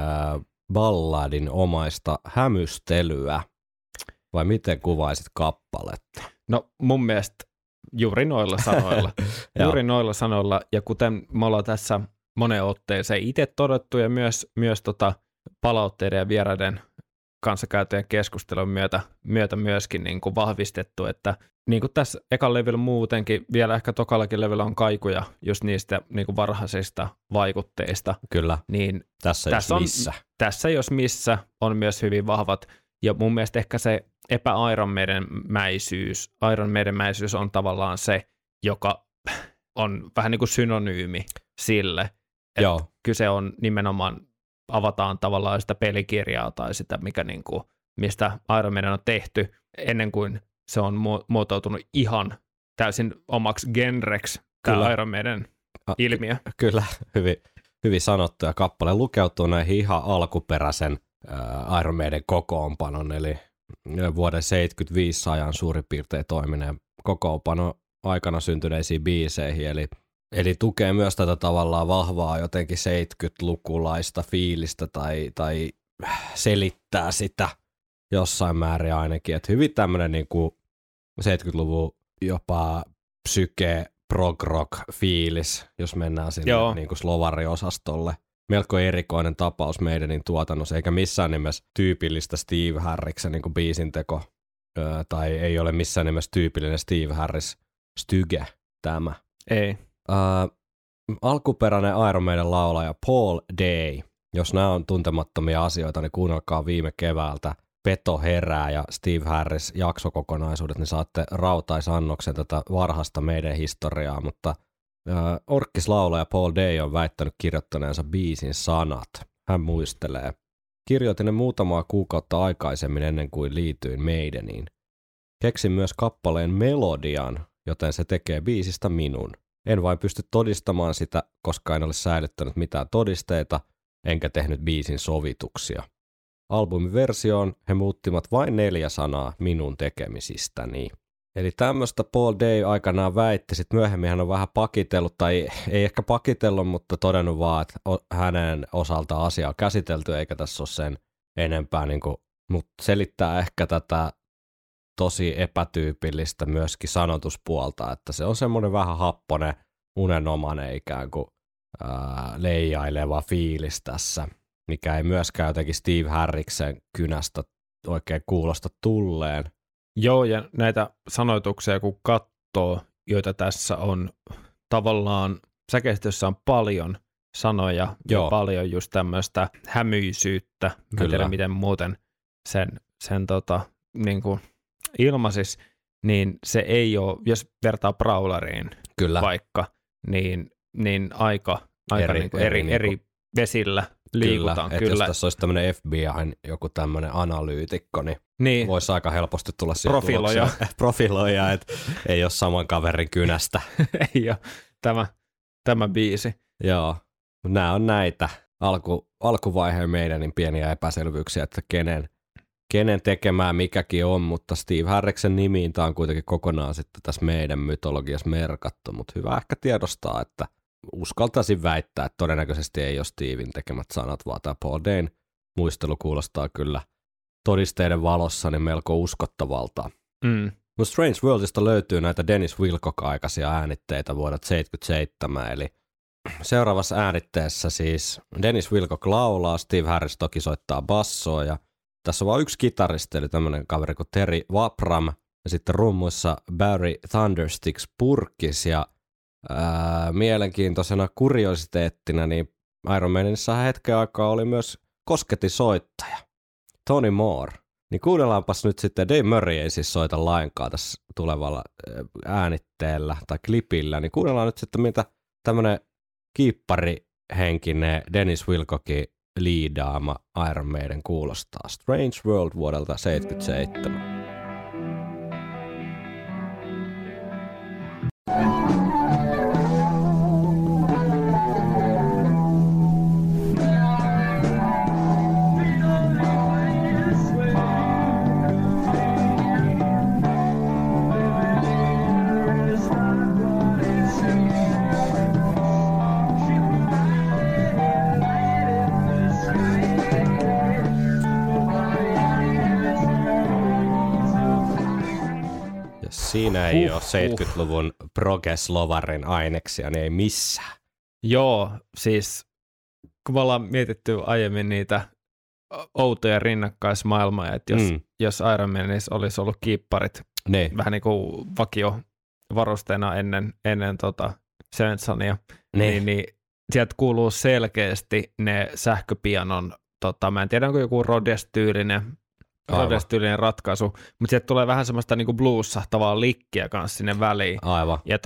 balladin omaista hämystelyä. Vai miten kuvaisit kappaletta? No mun mielestä juuri noilla sanoilla. Ja kuten me ollaan tässä moneen otteeseen itse todettu ja myös palautteiden ja vieraiden kanssa käytyjen keskustelun myötä myöskin niin kuin vahvistettu, että niin kuin tässä ekan levyllä muutenkin, vielä ehkä tokallakin levyllä on kaikuja just niistä niin kuin varhaisista vaikutteista. Kyllä, niin tässä jos missä on myös hyvin vahvat, ja mun mielestä ehkä se Iron Maidenmäisyys on tavallaan se, joka on vähän niin kuin synonyymi sille, että kyse on nimenomaan avataan tavallaan sitä pelikirjaa tai sitä, mikä niin kuin, mistä Iron Maiden on tehty ennen kuin se on muotoutunut ihan täysin omaksi genreksi tämä Iron Maiden ilmiö. Kyllä, hyvin sanottu, ja kappale lukeutuu näihin ihan alkuperäisen Iron Maiden kokoonpanon, eli vuoden 75 ajan suurin piirtein toimineen kokoonpanon aikana syntyneisiin biiseihin, eli tukee myös tätä tavallaan vahvaa jotenkin 70-lukulaista fiilistä tai selittää sitä jossain määrin ainakin, että hyvin tämmöinen niin kuin 70-luvun jopa prog-rock-fiilis, jos mennään sinne niin kuin slovari-osastolle. Melko erikoinen tapaus Maidenin tuotannossa, eikä missään nimessä tyypillistä Steve Harriksen niin kuin biisinteko, tai ei ole missään nimessä tyypillinen Steve Harris styge tämä. Ei. Alkuperäinen Iron Maiden laulaja Paul Day, jos nämä on tuntemattomia asioita, niin kuunnelkaa viime keväältä Peto herää ja Steve Harris jaksokokonaisuudet, niin saatte rautaisannoksen tätä varhaista meidän historiaa, mutta orkkislaulaja Paul Day on väittänyt kirjoittaneensa biisin sanat. Hän muistelee. Kirjoitin ne muutamaa kuukautta aikaisemmin ennen kuin liityin Maideniin. Keksin myös kappaleen melodian, joten se tekee biisistä minun. En vain pysty todistamaan sitä, koska en ole säilyttänyt mitään todisteita, enkä tehnyt biisin sovituksia. Albumin versioon he muuttivat vain 4 sanaa minun tekemisistäni. Eli tämmöistä Paul Day aikanaan väitti, sitten myöhemmin hän on vähän pakitellut, tai ei ehkä pakitellut, mutta todennut vaan, että hänen osalta asia on käsitelty, eikä tässä ole sen enempää, mutta selittää ehkä tätä tosi epätyypillistä myöskin sanotuspuolta, että se on semmoinen vähän happonen, unenomainen ikään kuin leijaileva fiilis tässä, mikä ei myöskään jotenkin Steve Harriksen kynästä oikein kuulosta tulleen. Joo, ja näitä sanoituksia kun katsoo, joita tässä on tavallaan, säkeistössä on paljon sanoja ja paljon just tämmöistä hämyisyyttä. Mä en tiedä, miten muuten sen niin kuin ilmaisis, niin se ei ole, jos vertaa Brawleriin vaikka, niin aika eri vesillä liikutaan. Kyllä. Jos tässä olisi tämmöinen FBI:n joku tämmöinen analyytikko, niin voisi aika helposti tulla siihen profiloija, että ei ole saman kaverin kynästä. Ei ole tämä biisi. Joo, nämä on näitä alkuvaiheen meidän pieniä epäselvyyksiä, että kenen tekemää mikäkin on, mutta Steve Harriksen nimiin tämä on kuitenkin kokonaan sitten tässä meidän mytologiassa merkattu, mutta hyvä ehkä tiedostaa, että uskaltaisin väittää, että todennäköisesti ei ole Steven tekemät sanat, vaan tämä Paul Dayn muistelu kuulostaa kyllä todisteiden valossa niin melko uskottavalta. Mutta Strange Worldista löytyy näitä Dennis Wilcock-aikaisia äänitteitä vuodelta 1977, eli seuraavassa äänitteessä siis Dennis Wilcock laulaa, Steve Harris toki soittaa bassoa, ja tässä on vain yksi kitaristi, eli tämmöinen kaveri kuin Terry Wapram, ja sitten rummuissa Barry Thundersticks Purkis, ja mielenkiintoisena kuriositeettina, niin Iron Maidenissa hetken aikaa oli myös kosketisoittaja, Tony Moore. Niin kuunnellaanpas nyt sitten, Dave Murray ei siis soita lainkaan tässä tulevalla äänitteellä tai klipillä, niin kuunnellaan nyt sitten, mitä tämmöinen kiippari henkinen Dennis Wilcockin liidaama Iron Maiden kuulostaa Strange World vuodelta 1977. Siinä ei ole 70-luvun proge-slovarin aineksia, niin ei missään. Joo, siis kun me ollaan mietitty aiemmin niitä outoja rinnakkaismaailmoja, että jos Iron Manissa olisi ollut kiipparit vähän niin kuin vakiovarusteena ennen Svensonia, niin sieltä kuuluu selkeästi ne sähköpianon, mä en tiedä onko joku Rhodes-tyylinen ratkaisu, mutta sieltä tulee vähän semmoista niinku blues-sahtavaa likkiä kanssa sinne väliin. Aivan. Ja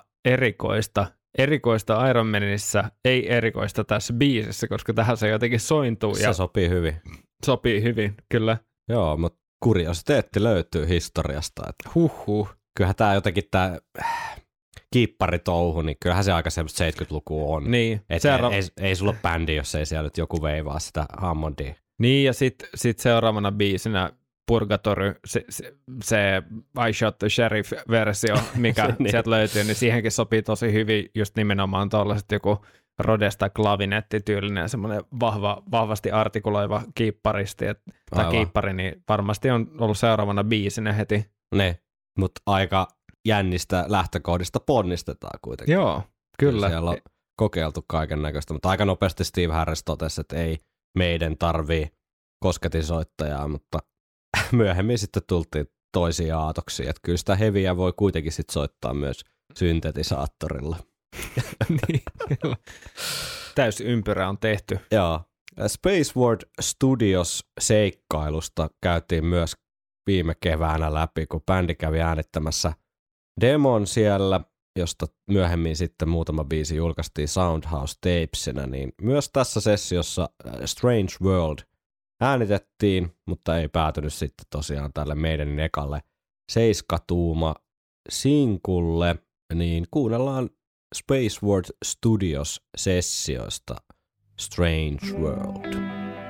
erikoista Iron Manissa, ei erikoista tässä biisissä, koska tähän se jotenkin sointuu. Se sopii hyvin. Sopii hyvin, kyllä. Joo, mutta kuriositeetti löytyy historiasta. Että kyllähän tämä jotenkin tämä kiipparitouhu, niin kyllähän se aika semmoista 70-lukua on. Niin. Ei sulla ole bändi, jos ei siellä nyt joku veivaa sitä Hammondia. Niin, ja sit seuraavana biisinä Purgatory, se I Shot the Sheriff-versio, mikä niin. sieltä löytyy, niin siihenkin sopii tosi hyvin just nimenomaan tuollaiset joku Rhodes tai klavinetti-tyylinen, semmoinen vahvasti artikuloiva kiipparisti, tai kiippari, niin varmasti on ollut seuraavana biisinä heti. Ne, mutta aika jännistä lähtökohdista ponnistetaan kuitenkin. Joo, kyllä. Siellä on kokeiltu kaiken näköistä, mutta aika nopeasti Steve Harris totesi, että ei meidän tarvii kosketisoittajaa, mutta myöhemmin sitten tultiin toisiin aatoksiin, että kyllä sitä heviä voi kuitenkin sitten soittaa myös syntetisaattorilla. Niin, kyllä. Täysi ympyrä on tehty. Joo. Space World Studios -seikkailusta käytiin myös viime keväänä läpi, kun bändi kävi äänittämässä demon siellä, josta myöhemmin sitten muutama biisi julkaistiin Soundhouse Tapesina, niin myös tässä sessiossa Strange World äänitettiin, mutta ei päätynyt sitten tosiaan tälle meidän ekalle 7-tuuma sinkulle, niin kuunnellaan Space World Studios -sessioista Strange World.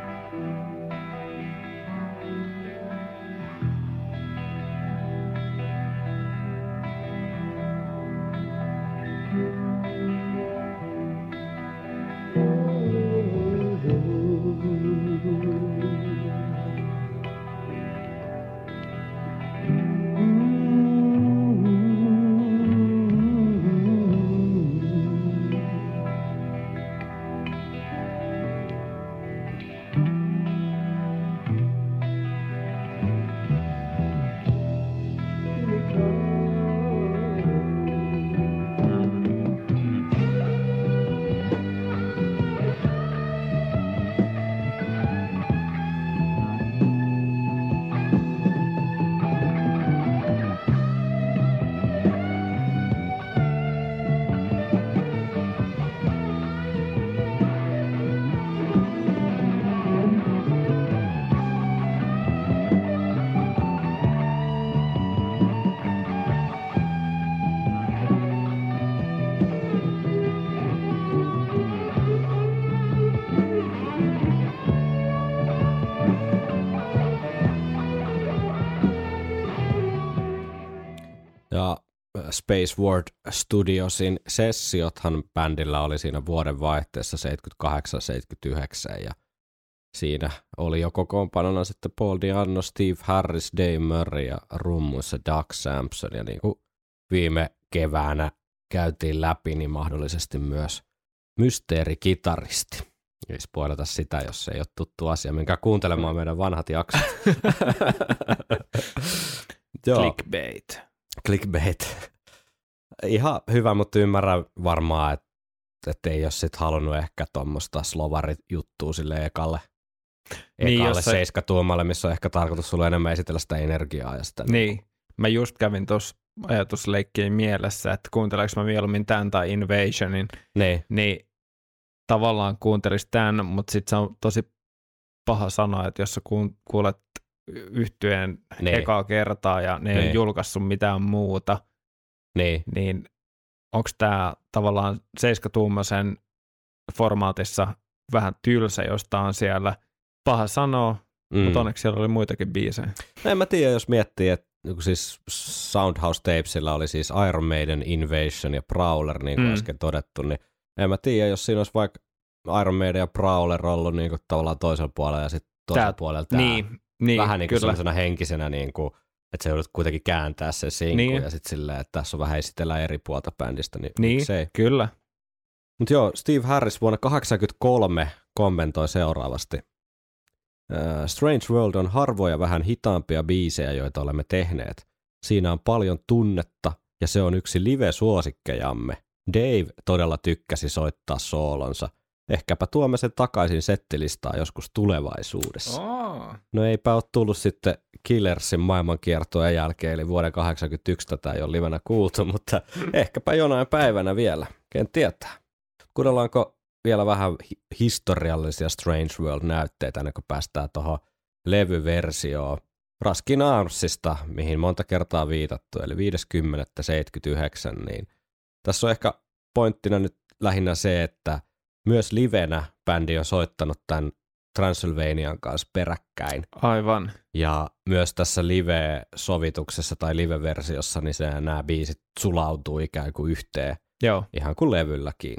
Space World Studiosin sessiothan bändillä oli siinä vuoden vaihteessa 78-79 ja siinä oli jo kokoonpanona sitten Paul Di'Anno, Steve Harris, Dave Murray ja rummuissa Doug Sampson ja niin kuin viime keväänä käytiin läpi, niin mahdollisesti myös mysteerikitaristi. Ei spoilata sitä, jos ei ole tuttu asia. Menkää kuuntelemaan meidän vanhat jaksot. Clickbait. Ihan hyvä, mutta ymmärrän varmaan, että ei ole sit halunnut ehkä tuommoista slovarijuttua sille ekalle Niin, 7-tuumalle, missä on ehkä tarkoitus sulle enemmän esitellä sitä energiaa. Ja sitä niin. Mä just kävin tuossa ajatusleikkien mielessä, että kuunteleeko mä mieluummin tämän tai Invasionin. Niin tavallaan kuuntelisi tämän, mutta sitten se on tosi paha sanoa, että jos sä kuulet yhtyeen ekaa kertaa ja ne ei julkaissut mitään muuta, niin onko tämä tavallaan 7-tuumaisen formaatissa vähän tylsä, josta on siellä paha sanoa, mutta onneksi siellä oli muitakin biisejä. En mä tiedä, jos miettii, että siis Soundhouse Tapesilla oli siis Iron Maiden, Invasion ja Prowler, niin kuin äsken todettu, niin en mä tiedä, jos siinä olisi vaikka Iron Maiden ja Prowler ollut niin kuin tavallaan toisella puolella ja sitten toisella puolella tämä vähän niin kuin sellaisena henkisenä, niin kuin, että se joudut kuitenkin kääntää sen sinkun ja sitten silleen, että tässä on vähän esitellään eri puolta bändistä, niin se ei. Kyllä. Mutta joo, Steve Harris vuonna 1983 kommentoi seuraavasti. Strange World on harvoja vähän hitaampia biisejä, joita olemme tehneet. Siinä on paljon tunnetta ja se on yksi live-suosikkejamme. Dave todella tykkäsi soittaa soolonsa. Ehkäpä tuomme sen takaisin settilistaan joskus tulevaisuudessa. No eipä ole tullut sitten Killersin maailmankiertojen jälkeen, eli vuoden 1981 tätä ei ole livenä kuultu, mutta ehkäpä jonain päivänä vielä, ken tietää. Kuunnellaanko vielä vähän historiallisia Strange World-näytteitä ennen kuin päästään tuohon levyversioon Raskin Armsista, mihin monta kertaa viitattu, eli 50.79, niin tässä on ehkä pointtina nyt lähinnä se, että myös livenä bändi on soittanut tämän Transylvanian kanssa peräkkäin. Aivan. Ja myös tässä live-sovituksessa tai live-versiossa, niin nämä biisit sulautuu ikään kuin yhteen, ihan kuin levylläkin.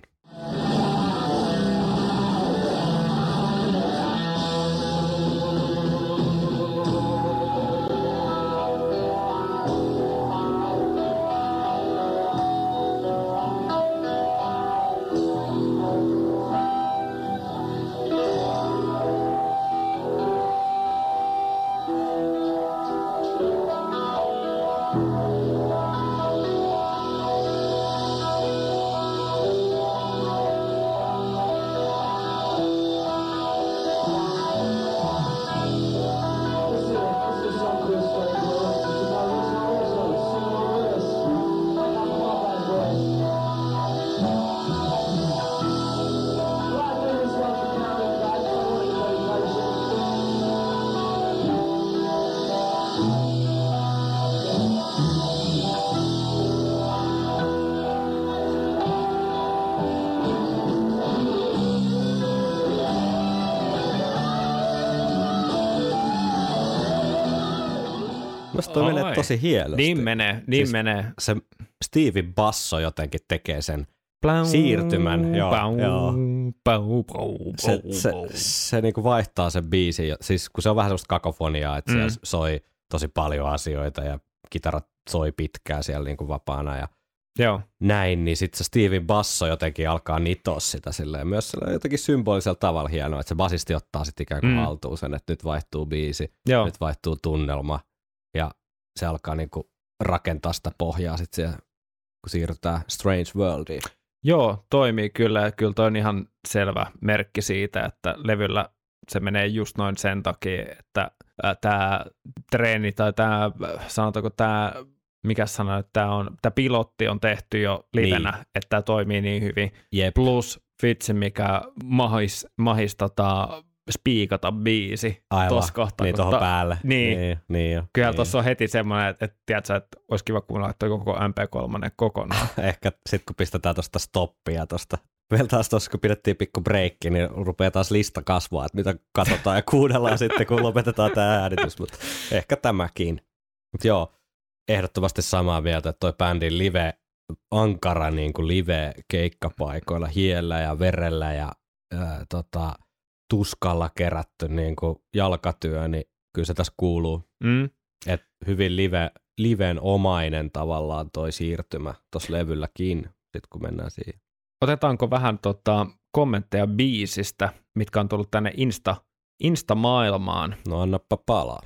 Toi menee tosi hienosti. Niin menee. Se Steven basso jotenkin tekee sen siirtymän. Se niinku vaihtaa sen biisin, siis kun se on vähän sellaista kakofoniaa, että siellä soi tosi paljon asioita ja kitarat soi pitkään siellä niinku vapaana ja näin, niin sitten se Steven basso jotenkin alkaa nitoa sitä silleen, myös sillä jotenkin symbolisella tavalla hienoa, että se basisti ottaa sitten ikään kuin haltuun sen, että nyt vaihtuu biisi, nyt vaihtuu tunnelma. Ja se alkaa niinku rakentaa sitä pohjaa sitten siellä, kun siirrytään Strange Worldiin. Joo, toimii kyllä. Ja kyllä toi on ihan selvä merkki siitä, että levyllä se menee just noin sen takia, että tämä treeni tai tämä, sanotaanko tämä, mikä sana, että tämä pilotti on tehty jo livenä, että tämä toimii niin hyvin. Jep. Plus vitsi, mikä mahis spiikata biisi tuossa kohtaa. Niin tuohon päälle. Niin kyllä niin. Tuossa on heti semmoinen, että tiedätkö, että olisi kiva kuunnella toi koko MP3 kokonaan. Ehkä sitten kun pistetään tuosta stoppia tuosta. Vielä taas tuossa kun pidettiin pikku breikki, niin rupeaa taas lista kasvaa, että mitä katsotaan ja kuunnellaan sitten, kun lopetetaan tämä äänitys. Mutta ehkä tämäkin. Mutta joo, ehdottomasti samaa mieltä, että toi bändin ankara niin kuin live-keikkapaikoilla hiellä ja verellä ja tuskalla kerätty niin kuin jalkatyö, niin kyllä se tässä kuuluu. Et hyvin liven omainen tavallaan toi siirtymä tuossa levylläkin, sit kun mennään siihen. Otetaanko vähän kommentteja biisistä, mitkä on tullut tänne Insta-maailmaan? No annappa palaa.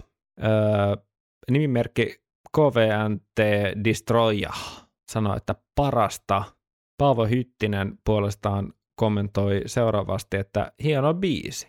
Nimimerkki KVNT Destroya sanoi, että parasta. Paavo Hyttinen puolestaan kommentoi seuraavasti, että hieno biisi.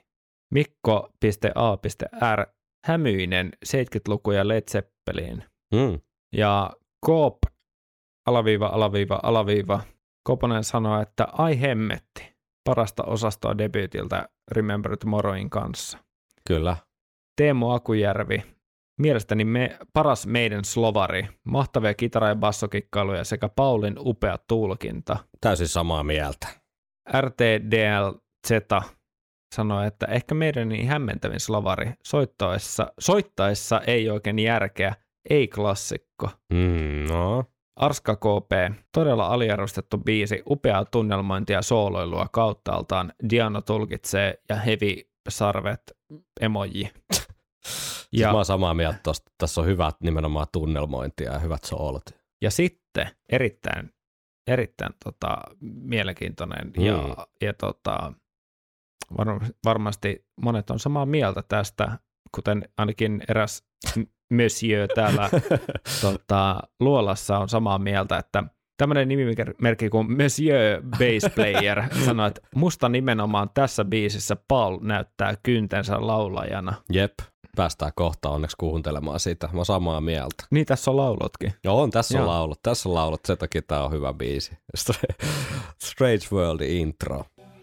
Mikko.a.r. Hämyinen 70-luku ja Led Zeppelin. Ja Koop __. Koponen sanoi, että ai hemmetti. parasta osastoa debyytiltä Remember Tomorrowin kanssa. Kyllä. Teemu Akujärvi, mielestäni paras meidän slovari, mahtavia kitara- ja bassokikkailuja sekä Paulin upea tulkinta. Täysin samaa mieltä. RTDLZ sanoi, että ehkä meidän niin hämmentävin slovari, soittaessa ei oikein järkeä, ei klassikko. No. Arska KP, todella aliarvostettu biisi, upeaa tunnelmointia sooloilua kauttaaltaan, Diano tulkitsee ja heavy sarvet emoji. Ja, mä oon samaa mieltä tosta. Tässä on hyvät nimenomaan tunnelmointia ja hyvät soolot. Ja sitten erittäin mielenkiintoinen ja varmasti monet on samaa mieltä tästä, kuten ainakin eräs monsieur täällä Luolassa on samaa mieltä, että tämmöinen nimimerkki kuin Monsieur Bass Player sanoi, että musta nimenomaan tässä biisissä Paul näyttää kyntensä laulajana. Jep, päästään kohta onneksi kuuntelemaan sitä. Mä oon samaa mieltä. Niin, tässä on laulotkin. Joo, tässä on laulut. Sen takia tää on hyvä biisi. Strange World intro.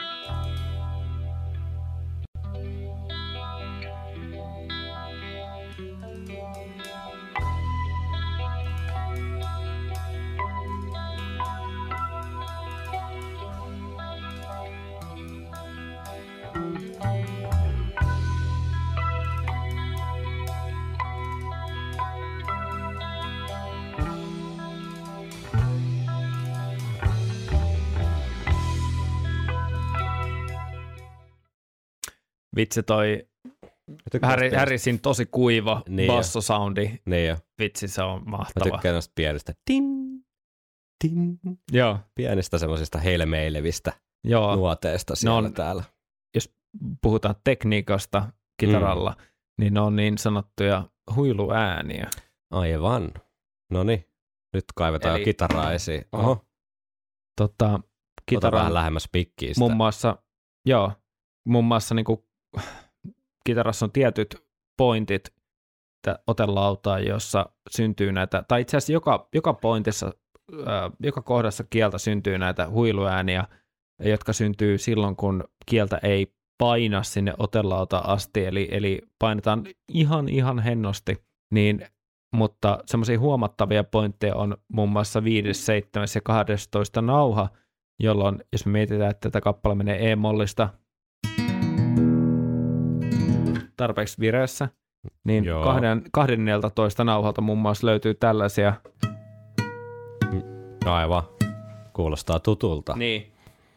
Vitsi toi Harrisin tosi kuiva bassosoundi. Niin jo. Vitsi, se on mahtava. Mä tykkään noista pienistä Joo. Pienistä semmoisista helmeilevistä nuoteista siellä täällä. Jos puhutaan tekniikasta kitaralla, niin ne on niin sanottuja huiluääniä. Aivan. Noniin, nyt kaivetaan kitaraa esiin. Oho. Kitara vähän lähemmäs pikkiistä. Muun muassa niinku, kitarassa on tietyt pointit otelautaan, jossa syntyy näitä, tai itse asiassa joka pointissa, joka kohdassa kieltä syntyy näitä huiluääniä, jotka syntyy silloin, kun kieltä ei paina sinne otelautaan asti, eli painetaan ihan hennosti, mutta semmoisia huomattavia pointteja on muun muassa 5., 7. ja 12. nauha, jolloin jos me mietitään, että tätä kappale menee E-mollista tarpeeksi vireessä, niin 12. nauhalta muun muassa löytyy tällaisia. Aivan. Kuulostaa tutulta. Niin.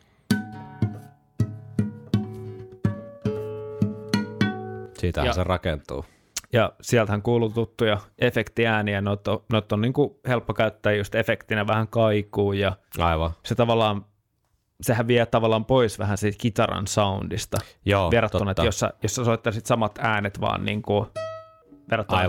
Siitähän se rakentuu. Ja sieltähän kuuluu tuttuja efektiääniä, noita on niin kuin helppo käyttää just efektinä vähän kaikuu ja aivan. Sehän vie tavallaan pois vähän siitä kitaran soundista. Joo, verrattuna, että jos sä soittaisit samat äänet vaan niin kuin verrattuna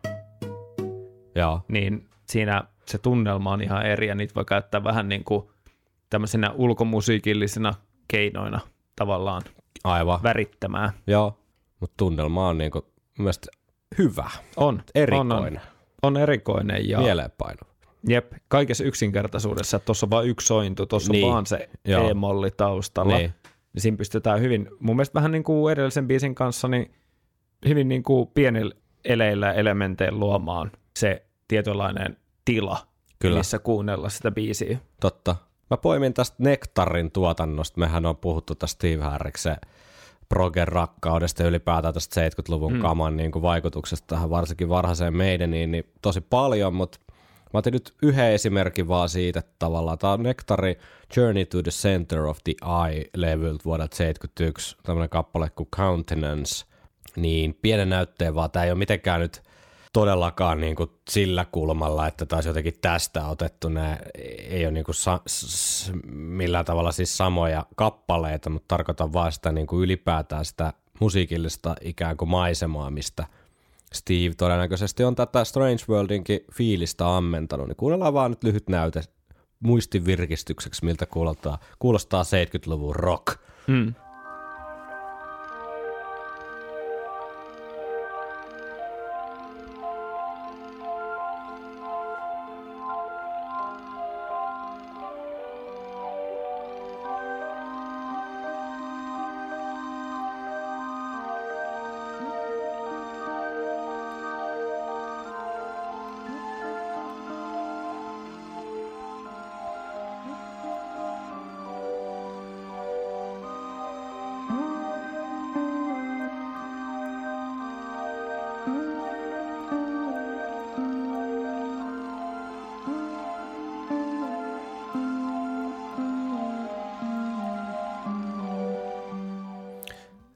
niin siinä se tunnelma on ihan eri ja niitä voi käyttää vähän niin kuin tämmöisenä ulkomusiikillisina keinoina tavallaan värittämään. Joo, mutta tunnelma on niin kuin mielestäni hyvä. On. Erikoinen. On erikoinen. Ja mieleenpainuva. Jep, kaikessa yksinkertaisuudessa, että tuossa on vain yksi sointu, tuossa on vaan se E-molli taustalla. Niin siinä pystytään hyvin, mun mielestä vähän niin kuin edellisen biisin kanssa, niin hyvin niin kuin pienillä eleillä elementeillä luomaan se tietynlainen tila, missä kuunnella sitä biisiä. Totta. Mä poimin tästä Nektarin tuotannosta. Mehän on puhuttu tästä Steve Harriksen proger-rakkaudesta ja ylipäätään tästä 70-luvun kaman niin kuin vaikutuksesta tähän varsinkin varhaiseen Maideniin niin tosi paljon, mutta mä otin nyt yhden esimerkin vaan siitä, että tavallaan tämä on Nektari Journey to the Center of the Eye-levyltä vuodelta 1971, tämmöinen kappale kuin Countenance, niin pienen näytteen vaan, tämä ei ole mitenkään nyt todellakaan niin kuin sillä kulmalla, että taas jotenkin tästä otettu, nämä ei ole niin kuin millään tavalla siis samoja kappaleita, mutta tarkoitan vaan sitä niin kuin ylipäätään sitä musiikillista ikään kuin maisemaa, mistä Steve todennäköisesti on tätä Strange Worldinkin fiilistä ammentanut, niin kuunnellaan vaan nyt lyhyt näyte muistin virkistykseksi, miltä kuulostaa 70-luvun rock.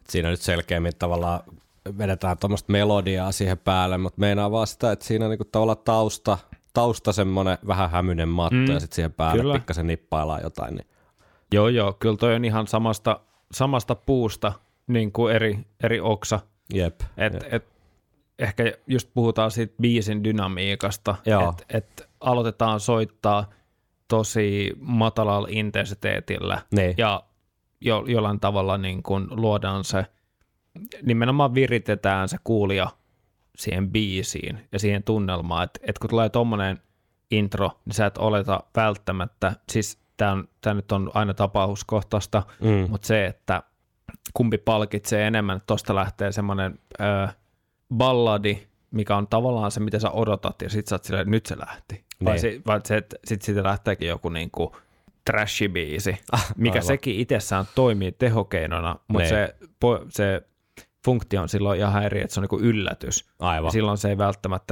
siinä nyt selkeämmin tavallaan vedetään tuommoista melodiaa siihen päälle, mutta meinaa vaan sitä, että siinä on niinku tavallaan tausta semmoinen vähän hämyinen matto ja sitten siihen päälle pikkasen nippaillaan jotain. Niin. Joo, kyllä toi on ihan samasta puusta niin kuin eri oksa. Jep. Ehkä just puhutaan siitä biisin dynamiikasta, että aloitetaan soittaa tosi matalalla intensiteetillä ja jollain tavalla niin kuin luodaan se, nimenomaan viritetään se kuulija siihen biisiin ja siihen tunnelmaan, että kun tulee tommonen intro, niin sä et oleta välttämättä, siis tämä nyt on aina tapauskohtaista, mutta se, että kumpi palkitsee enemmän, että tosta lähtee semmoinen balladi, mikä on tavallaan se, mitä sä odotat, ja sit sä oot silleen, nyt se lähti. Vai se, että sit siitä lähteekin joku niinku trash-biisi, mikä sekin itsessään toimii tehokeinona, mutta se funktio on silloin ihan eri, että se on niinku yllätys. Aivan. Silloin se ei välttämättä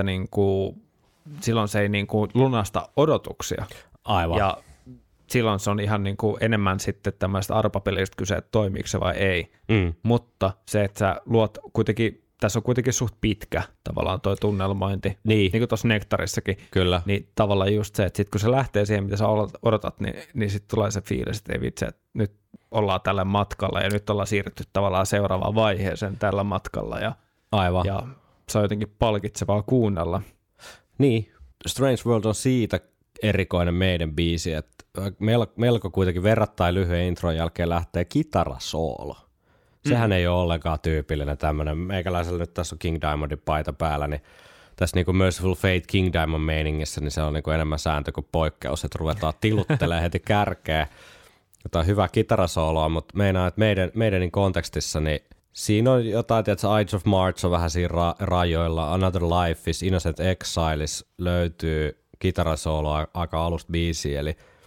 lunasta odotuksia. Aivan. Ja silloin se on ihan niinku enemmän sitten tämmöistä arpapelistä kyse, että toimiiko se vai ei. Mutta se, että sä luot kuitenkin, tässä on kuitenkin suht pitkä tavallaan toi tunnelmointi, niin kuin tuossa Nektarissakin. Kyllä. Niin tavallaan just se, että sit kun se lähtee siihen, mitä sä odotat, niin sitten tulee se fiilis, että ei vitsi, että nyt ollaan tällä matkalla ja nyt ollaan siirrytty tavallaan seuraavaan vaiheeseen tällä matkalla. Aivan. Ja se on jotenkin palkitsevaa kuunnella. Niin, Strange World on siitä erikoinen meidän biisi, että melko kuitenkin verrattain lyhyen intron jälkeen lähtee kitarasoolo. Sehän ei ole ollenkaan tyypillinen tämmöinen. Meikäläisellä nyt tässä on King Diamondin paita päällä, niin tässä niinku Merciful Fate King Diamond meiningissä, niin se on niinku enemmän sääntö kuin poikkeus, että ruvetaan tiluttelemaan heti kärkeä. Jotain hyvää kitarasooloa, mutta meinaa, että meidän kontekstissa, niin siinä on jotain, tiedätkö, Ides of March on vähän siinä rajoilla, Another Life is, Innocent Exiles löytyy kitarasooloa aika alusta biisiä,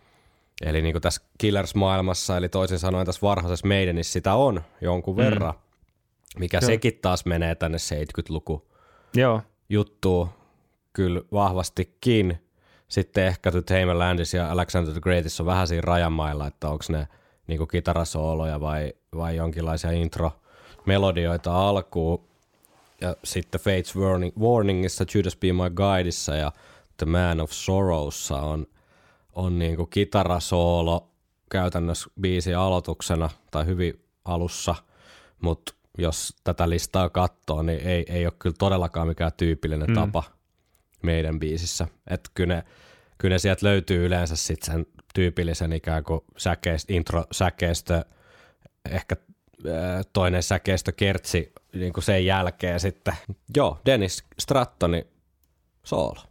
eli niin kuin tässä Killers-maailmassa, eli toisin sanoen tässä varhaisessa Maidenissä sitä on jonkun verran, mikä sekin taas menee tänne 70-luku juttuun kyllä vahvastikin. Sitten ehkä The Tame Landis ja Alexander the Greatissa on vähän siinä rajamailla, että onko ne niin kuin kitarasooloja vai jonkinlaisia intro-melodioita alkuun. Ja sitten Fate's Warningissa, Judas Be My Guideissa ja The Man of Sorrowssa on niin kuin kitarasoolo käytännössä biisin aloituksena tai hyvin alussa, mutta jos tätä listaa katsoo, niin ei ole kyllä todellakaan mikään tyypillinen tapa meidän biisissä. Että kyllä ne sieltä löytyy yleensä sitten sen tyypillisen ikään kuin intro-säkeistö, ehkä toinen säkeistö kertsi niin kuin sen jälkeen sitten. Joo, Dennis Strattoni soolo.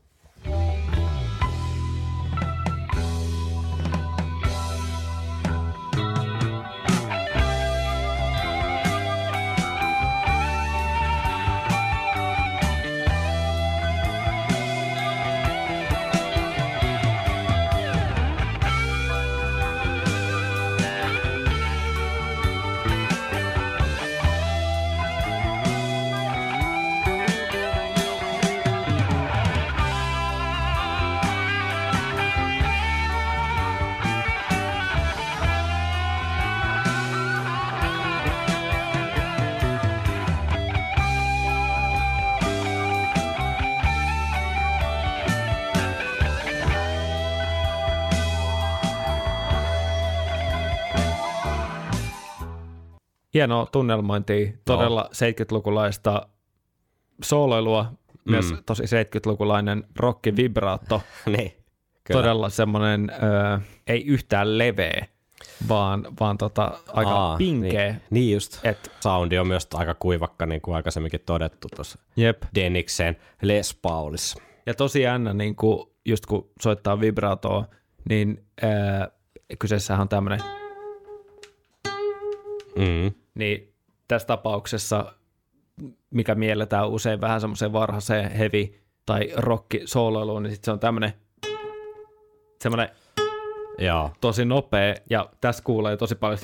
Hienoa tunnelmointia, todella 70-lukulaista sooloilua, myös tosi 70-lukulainen rocki-vibraatto. Niin, todella semmoinen, ei yhtään leveä, vaan aika pinkeä. Niin just. Soundi on myös aika kuivakka, niin kuin aikaisemminkin todettu tuossa Denniksen Les Paulissa. Ja tosi jännä, niin kuin, just kun soittaa vibraatoa, niin kyseessähän on tämmöinen. Niin tässä tapauksessa, mikä mielletään usein vähän semmoiseen varhaiseen heavy- tai rock-sooloiluun, niin sitten se on semmoinen tosi nopea, ja tässä kuulee tosi paljon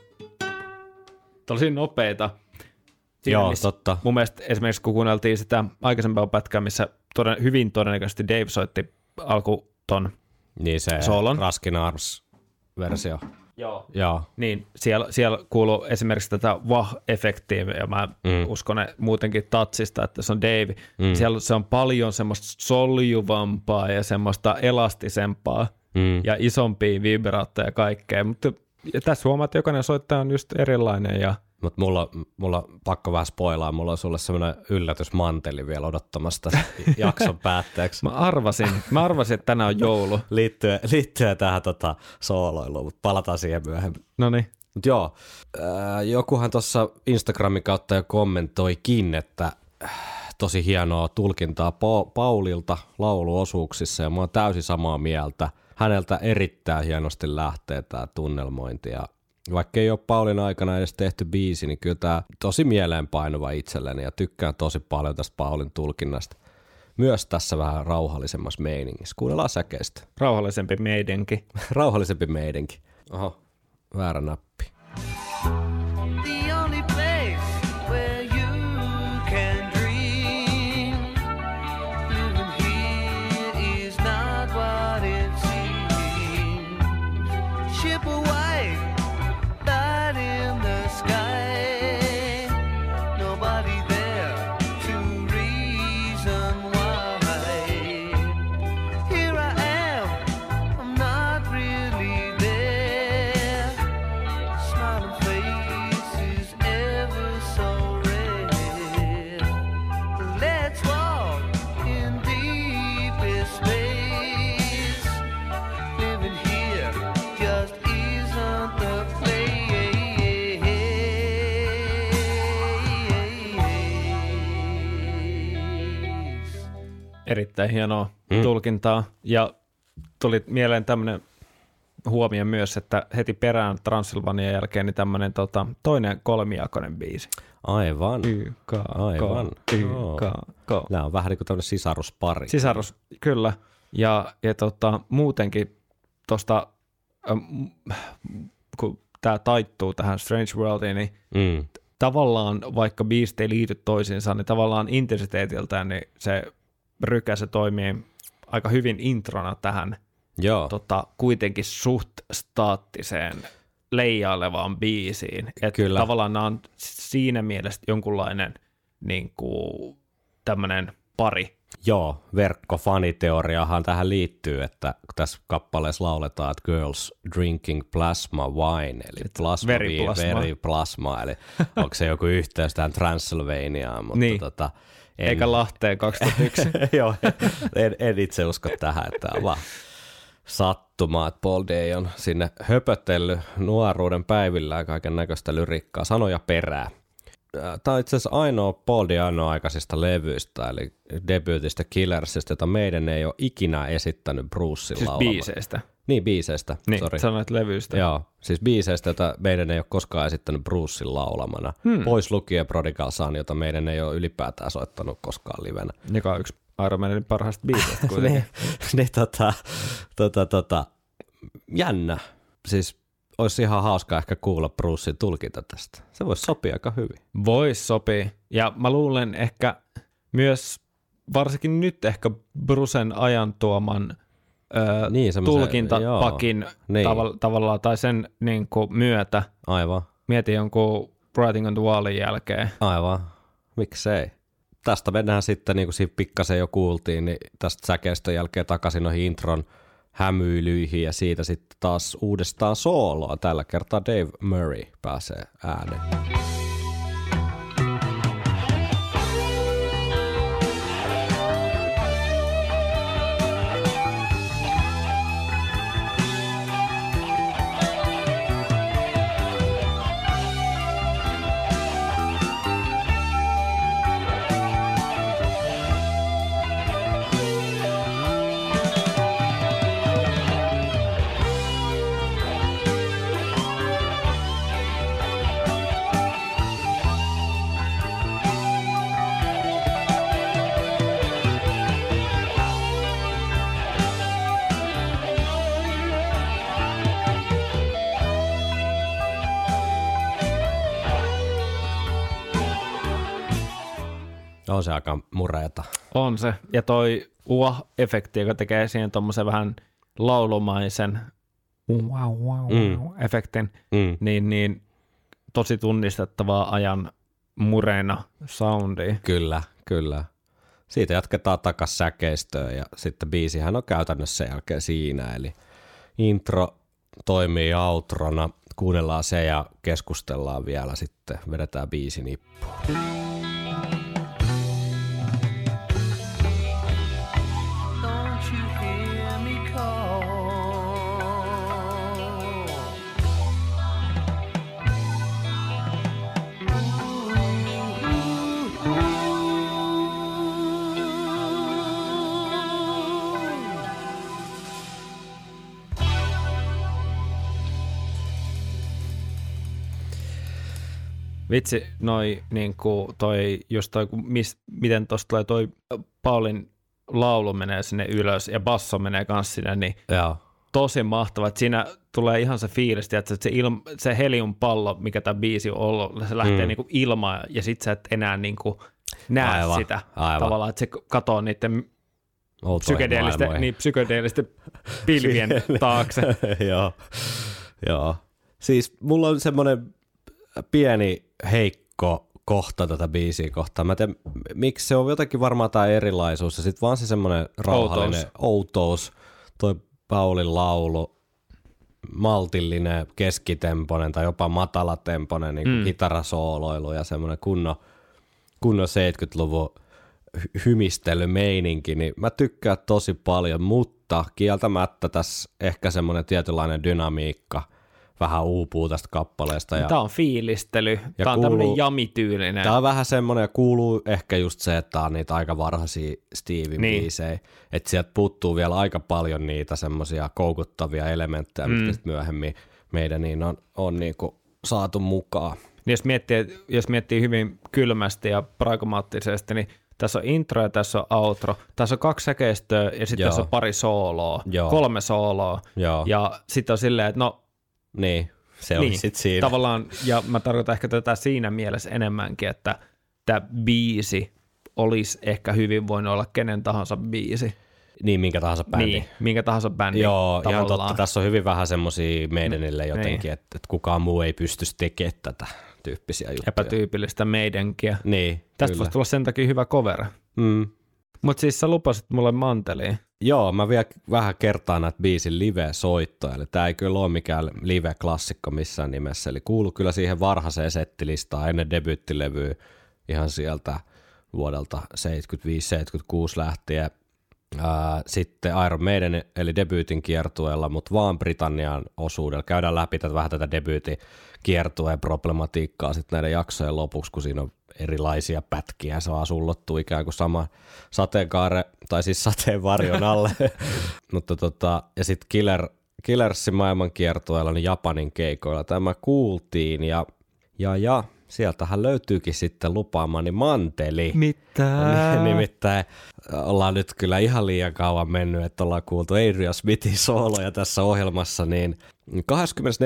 tosi nopeita. Joo, totta. Mun mielestä esimerkiksi kun kuunneltiin sitä aikaisempaa pätkää, missä hyvin todennäköisesti Dave soitti alku ton niin se soolon. Raskin Arms-versio. Joo. Niin siellä kuuluu esimerkiksi tätä wah-efektiä, ja mä uskon muutenkin Touchista, että se on Dave. Siellä se on paljon semmoista soljuvampaa ja semmoista elastisempaa ja isompia vibraatteja ja kaikkea, mutta tässä huomaa, että jokainen soittaja on just erilainen. Mutta mulla pakko vähän spoilaa, mulla on sulle semmoinen yllätysmanteli vielä odottamasta jakson päätteeksi. Mä arvasin, että tänään on joulu. Liittyen tähän sooloiluun, mutta palataan siihen myöhemmin. Noniin. Mut joo, jokuhan tuossa Instagramin kautta jo kommentoikin, että tosi hienoa tulkintaa Paulilta lauluosuuksissa, ja mä oon täysin samaa mieltä. Häneltä erittäin hienosti lähtee tää tunnelmointi, ja vaikka ei ole Paulin aikana edes tehty biisi, niin kyllä tämä tosi mieleenpainuva itselleni, ja tykkään tosi paljon tästä Paulin tulkinnasta. Myös tässä vähän rauhallisemmassa meiningissä. Kuunnellaan säkeistä. Rauhallisempi meidänkin. Rauhallisempi meidänkin. Oho, väärä nappi. Erittäin hienoa tulkintaa, ja tuli mieleen tämmöinen huomio myös, että heti perään Transylvanian jälkeen niin tämmöinen toinen kolmijakoinen biisi. Aivan. Aivan. Nämä on vähän niin kuin tämmöinen sisaruspari. Sisarus, kyllä. Ja muutenkin tuosta, kun tämä taittuu tähän Strange Worldiin, niin tavallaan vaikka biisit ei liity toisiinsa, niin tavallaan intensiteetiltään niin se rykäse toimii aika hyvin introna tähän kuitenkin suht staattiseen leijailevaan biisiin. Että tavallaan nämä on siinä mielessä jonkunlainen niin kuin tämmöinen pari. Joo, verkkofaniteoriahan tähän liittyy, että tässä kappaleessa lauletaan, että girls drinking plasma wine, eli veriplasma, eli onko se joku yhteys tähän Transylvaniaan, mutta niin. Eikä Lahteen 2001. Joo, en itse usko tähän, että on vaan sattumaa, että Paul Day on sinne höpötellyt nuoruuden päivillään kaiken näköistä lyrikkaa, sanoja perää. Tämä on itse asiassa ainoa Paul Day aikaisista levyistä, eli debyytistä Killersista, jota meidän ei ole ikinä esittänyt Brucein laulamana. Siis biiseistä. Niin, biiseistä. Niin, sanoit levyistä. Joo, siis biiseistä, jota meidän ei ole koskaan esittänyt Brucein laulamana. Pois lukien Prodigal Son, jota meidän ei ole ylipäätään soittanut koskaan livenä. Joka on yksi Iron Manin parhaista biiseistä kuitenkin. Jännä. Siis olisi ihan hauska ehkä kuulla Brucein tulkinta tästä. Se voisi sopia aika hyvin. Voisi sopia. Ja mä luulen ehkä myös, varsinkin nyt ehkä Brucen ajan tuoman tulkintapakin tavallaan, tai sen niin kuin myötä. Aivan. Mieti jonkun Writing on the Wallin jälkeen. Aivan. Miksei? Tästä mennään sitten, niin kuin siinä pikkasen jo kuultiin, niin tästä säkeistön jälkeen takaisin noihin intron hämyilyihin, ja siitä sitten taas uudestaan sooloa. Tällä kertaa Dave Murray pääsee ääneen. On se aika mureeta. On se. Ja toi efekti, joka tekee siihen tommosen vähän laulumaisen efektin, niin tosi tunnistettavaa ajan murena soundia. Kyllä. Siitä jatketaan takas säkeistöön ja sitten biisihän on käytännössä sen jälkeen siinä, eli intro toimii outrona, kuunnellaan se ja keskustellaan vielä sitten, vedetään biisi nippuun. Vitsi, miten tuosta tulee toi Paulin laulu menee sinne ylös ja basso menee kans sinne, niin tosi mahtava, että siinä tulee ihan se fiilis, että se heliumpallo, mikä tämä biisi on ollut, se lähtee niinku ilmaan ja sit sä et enää niinku näe sitä tavallaan, että se katoo niiden psykedeellisten pilvien taakse. Joo. Siis mulla on semmoinen pieni heikko kohta tätä biisiä kohtaan. Mä tiedän, miksi se on jotenkin varmaan tämä erilaisuus ja sitten vaan se semmoinen rauhallinen outous, toi Paulin laulu, maltillinen, keskitempoinen tai jopa matalatempoinen niin kitarasooloilu ja semmoinen kunnon 70-luvun hymistelymeininki, niin mä tykkään tosi paljon, mutta kieltämättä tässä ehkä semmoinen tietynlainen dynamiikka vähän uupuu tästä kappaleesta. Tämä on fiilistely, tämä on tämmöinen jamityylinen. Tämä on vähän semmoinen, ja kuuluu ehkä just se, että tämä on niitä aika varhaisia Stevin biisejä, että sieltä puuttuu vielä aika paljon niitä semmoisia koukuttavia elementtejä, mitkä sitten myöhemmin meidän niin on niinku saatu mukaan. Jos miettii hyvin kylmästi ja pragmaattisesti, niin tässä on intro ja tässä on outro. Tässä on 2 säkeistöä ja sitten tässä on pari sooloa, 3 sooloa. Ja sitten on silleen, että niin, se oli sitten siinä. Tavallaan, ja mä tarkoitan ehkä tätä siinä mielessä enemmänkin, että tämä biisi olisi ehkä hyvin voinut olla kenen tahansa biisi. Niin, minkä tahansa bändi. Niin, minkä tahansa bändi. Joo, ihan totta. Tässä on hyvin vähän semmosia Maidenille jotenkin, että kukaan muu ei pystyisi tekemään tätä tyyppisiä juttuja. Epätyypillistä Maidenkiä. Niin, tästä voisi tulla sen takia hyvä cover. Mutta siis sä lupasit mulle manteliin. Joo, mä vielä vähän kertaan näitä biisin live-soittoja, eli tää ei kyllä ole mikään live-klassikko missään nimessä, eli kuuluu kyllä siihen varhaiseen settilistaan ennen debyyttilevyä ihan sieltä vuodelta 75-76 lähtien. Sitten Iron Maiden eli debyytin kiertueella, mutta vaan Britannian osuudella. Käydään läpi vähän tätä debyytin kiertueen problematiikkaa sitten näiden jaksojen lopuksi, kun siinä on erilaisia pätkiä, se vaan sullottuu ikään kuin sama sateenkaare, tai siis sateenvarjon alle. Mutta ja sitten Killersin maailman kiertueella, niin Japanin keikoilla tämä kuultiin, ja sieltähän löytyykin sitten lupaamani manteli. Mitä? Nimittäin ollaan nyt kyllä ihan liian kauan mennyt, että ollaan kuultu Adrian Smithin sooloja tässä ohjelmassa, niin 24.5.81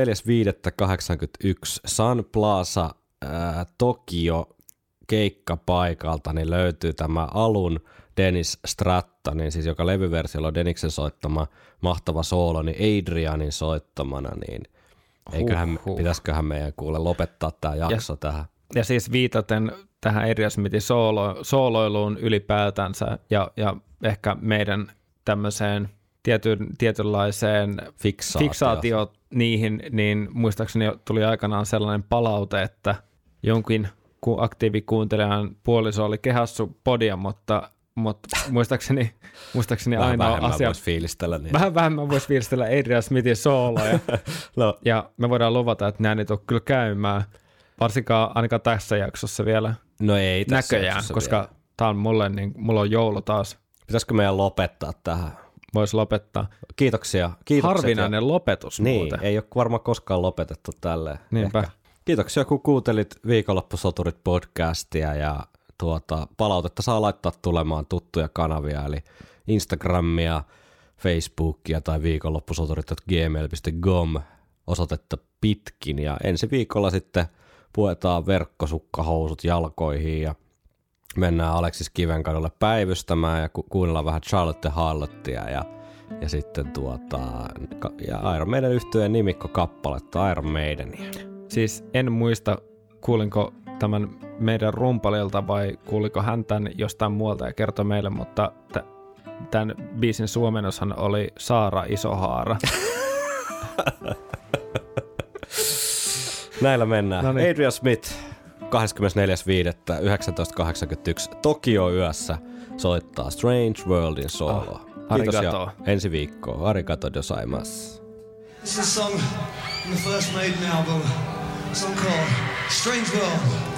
Sun Plaza Tokio keikkapaikalta niin löytyy tämä alun Dennis Strattonin, siis joka levyversiolla on Denniksen soittama mahtava soolo, niin Adrianin soittamana, niin pitäisiköhän meidän kuule lopettaa tämä jakso tähän. Ja siis viitaten tähän Adrian Smithin sooloiluun ylipäätänsä ja ehkä meidän tämmöiseen tietynlaiseen fiksaatio niihin, niin muistaakseni tuli aikanaan sellainen palaute, että jonkin aktiivikuuntelijan puoliso oli kehassu podia, mutta muistaakseni ainoa asia... Vähän vähemmän voisi fiilistellä Adrian Smithin sooloja. No. Ja me voidaan luvata, että nämä ei tule kyllä käymään, varsinkaan ainakaan tässä jaksossa vielä. No ei tässä näköjään, koska vielä. Tämä on mulla on joulu taas. Pitäisikö meidän lopettaa tähän? Voisi lopettaa. Kiitoksia. Harvinainen lopetus niin, muuten. Ei ole varmaan koskaan lopetettu tälleen. Niinpä. Ehkä. Kiitoksia, kun kuuntelit Viikonloppusoturit podcastia ja palautetta saa laittaa tulemaan tuttuja kanavia, eli Instagramia, Facebookia tai viikonloppusoturit.gmail.com osoitetta pitkin. Ja ensi viikolla sitten puetaan verkkosukkahousut jalkoihin ja mennään Aleksis Kivenkadulle päivystämään ja kuunnellaan vähän Charlotte Harlottia ja Ja sitten ja Iron Maiden yhtyeen nimikkokappaletta Iron Maidenia. Siis en muista, kuulinko tämän meidän rumpalilta vai kuuliko hän tämän jostain muualta ja kertoi meille, mutta tämän biisin suomennoshan oli Saara Isohaara. Näillä mennään. Noniin. Adrian Smith 24.5.1981 Tokio-yössä soittaa Strange Worldin soloa. Kiitos ja ensi viikkoon. Arigato gozaimasu. This is a song from the first Maiden album, a song called Strange World.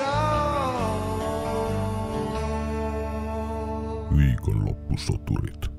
Viikonloppusoturit.